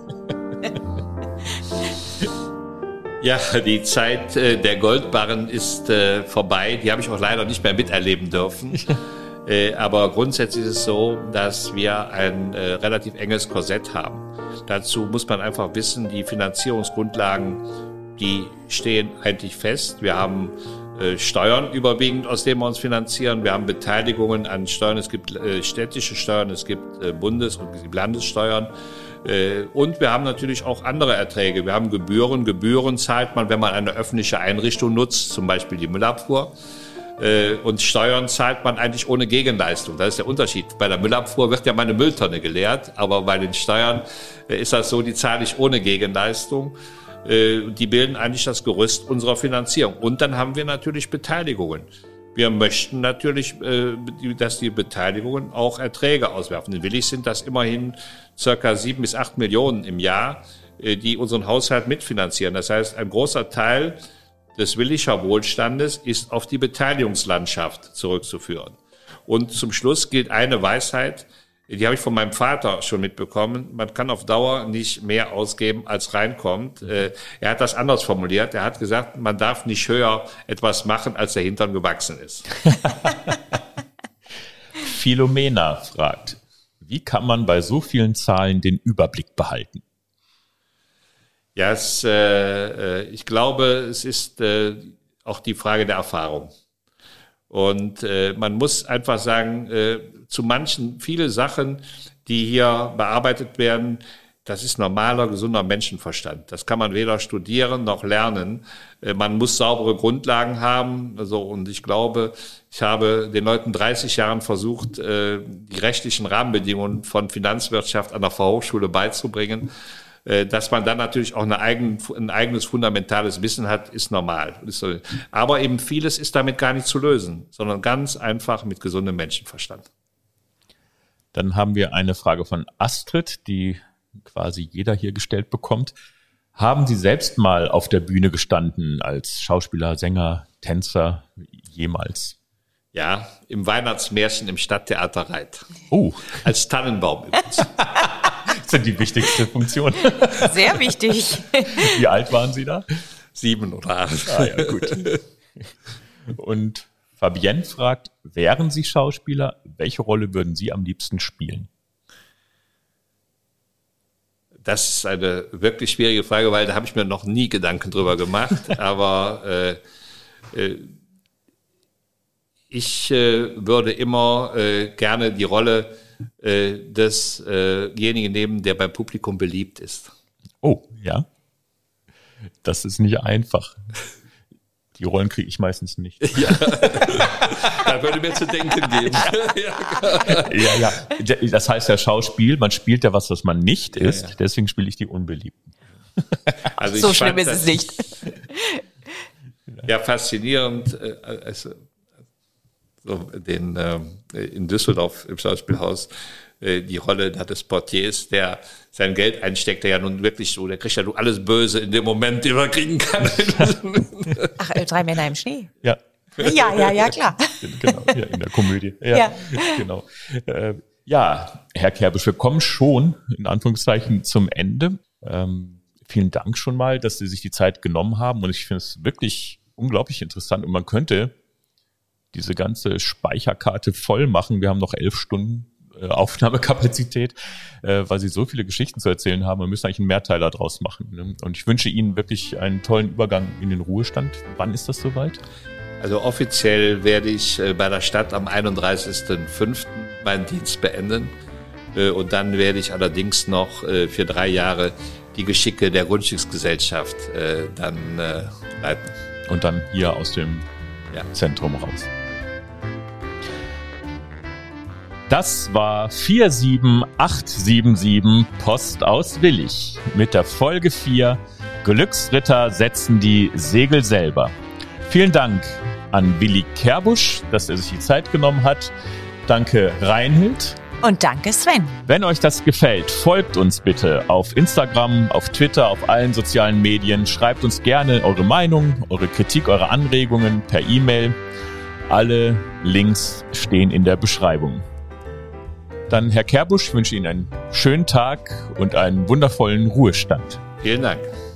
Ja, die Zeit der Goldbarren ist vorbei. Die habe ich auch leider nicht mehr miterleben dürfen. Aber grundsätzlich ist es so, dass wir ein relativ enges Korsett haben. Dazu muss man einfach wissen, die Finanzierungsgrundlagen, die stehen eigentlich fest. Wir haben Steuern überwiegend, aus denen wir uns finanzieren. Wir haben Beteiligungen an Steuern. Es gibt städtische Steuern, es gibt Bundes- und Landessteuern. Und wir haben natürlich auch andere Erträge. Wir haben Gebühren. Gebühren zahlt man, wenn man eine öffentliche Einrichtung nutzt, zum Beispiel die Müllabfuhr. Und Steuern zahlt man eigentlich ohne Gegenleistung. Das ist der Unterschied. Bei der Müllabfuhr wird ja meine Mülltonne geleert, aber bei den Steuern ist das so, die zahle ich ohne Gegenleistung. Die bilden eigentlich das Gerüst unserer Finanzierung. Und dann haben wir natürlich Beteiligungen. Wir möchten natürlich, dass die Beteiligungen auch Erträge auswerfen. In Willich sind das immerhin circa 7 bis 8 Millionen im Jahr, die unseren Haushalt mitfinanzieren. Das heißt, ein großer Teil des Willicher Wohlstandes ist auf die Beteiligungslandschaft zurückzuführen. Und zum Schluss gilt eine Weisheit, die habe ich von meinem Vater schon mitbekommen. Man kann auf Dauer nicht mehr ausgeben, als reinkommt. Er hat das anders formuliert. Er hat gesagt, man darf nicht höher etwas machen, als der Hintern gewachsen ist. Philomena fragt, wie kann man bei so vielen Zahlen den Überblick behalten? Ja, ich glaube, es ist auch die Frage der Erfahrung. Und man muss einfach sagen, zu manchen, viele Sachen, die hier bearbeitet werden, das ist normaler, gesunder Menschenverstand. Das kann man weder studieren noch lernen. Man muss saubere Grundlagen haben. Also, und ich glaube, ich habe den Leuten 30 Jahren versucht, die rechtlichen Rahmenbedingungen von Finanzwirtschaft an der Fachhochschule beizubringen. Dass man dann natürlich auch ein eigenes fundamentales Wissen hat, ist normal. Aber eben vieles ist damit gar nicht zu lösen, sondern ganz einfach mit gesundem Menschenverstand. Dann haben wir eine Frage von Astrid, die quasi jeder hier gestellt bekommt. Haben Sie selbst mal auf der Bühne gestanden als Schauspieler, Sänger, Tänzer jemals? Ja, im Weihnachtsmärchen im Stadttheater Reit. Oh. Als Tannenbaum übrigens. Das sind die wichtigste Funktion. Sehr wichtig. Wie alt waren Sie da? 7 oder 8. Ah ja, gut. Und Fabienne fragt, wären Sie Schauspieler, welche Rolle würden Sie am liebsten spielen? Das ist eine wirklich schwierige Frage, weil da habe ich mir noch nie Gedanken drüber gemacht. Aber ich würde immer gerne die Rolle desjenigen nehmen, der beim Publikum beliebt ist. Oh, ja. Das ist nicht einfach. Die Rollen kriege ich meistens nicht. Ja. Da würde mir zu denken geben. Ja. Das heißt ja Schauspiel, man spielt ja was man nicht ist, ja. Deswegen spiele ich die Unbeliebten. Also so schlimm ist es nicht. Ja, faszinierend. In Düsseldorf im Schauspielhaus die Rolle des Portiers, der sein Geld einsteckt, der ja nun wirklich so, der kriegt ja nur alles Böse in dem Moment, den man kriegen kann. Ach, 3 Männer im Schnee. Ja. Ja, klar. Genau, ja, in der Komödie. Ja. Genau. Ja, Herr Kerbusch, wir kommen schon, in Anführungszeichen, zum Ende. Vielen Dank schon mal, dass Sie sich die Zeit genommen haben und ich finde es wirklich unglaublich interessant und man könnte diese ganze Speicherkarte voll machen. Wir haben noch 11 Stunden Aufnahmekapazität, weil Sie so viele Geschichten zu erzählen haben. Wir müssen eigentlich einen Mehrteiler draus machen. Ne? Und ich wünsche Ihnen wirklich einen tollen Übergang in den Ruhestand. Wann ist das soweit? Also offiziell werde ich bei der Stadt am 31.05. meinen Dienst beenden. Und dann werde ich allerdings noch für 3 Jahre die Geschicke der Grundstücksgesellschaft dann leiten. Und dann hier aus dem Zentrum raus. Das war 47877 Post aus Willich mit der Folge 4 Glücksritter setzen die Segel selber. Vielen Dank an Willi Kerbusch, dass er sich die Zeit genommen hat. Danke Reinhild. Und danke Sven. Wenn euch das gefällt, folgt uns bitte auf Instagram, auf Twitter, auf allen sozialen Medien. Schreibt uns gerne eure Meinung, eure Kritik, eure Anregungen per E-Mail. Alle Links stehen in der Beschreibung. Dann, Herr Kerbusch, wünsche Ihnen einen schönen Tag und einen wundervollen Ruhestand. Vielen Dank.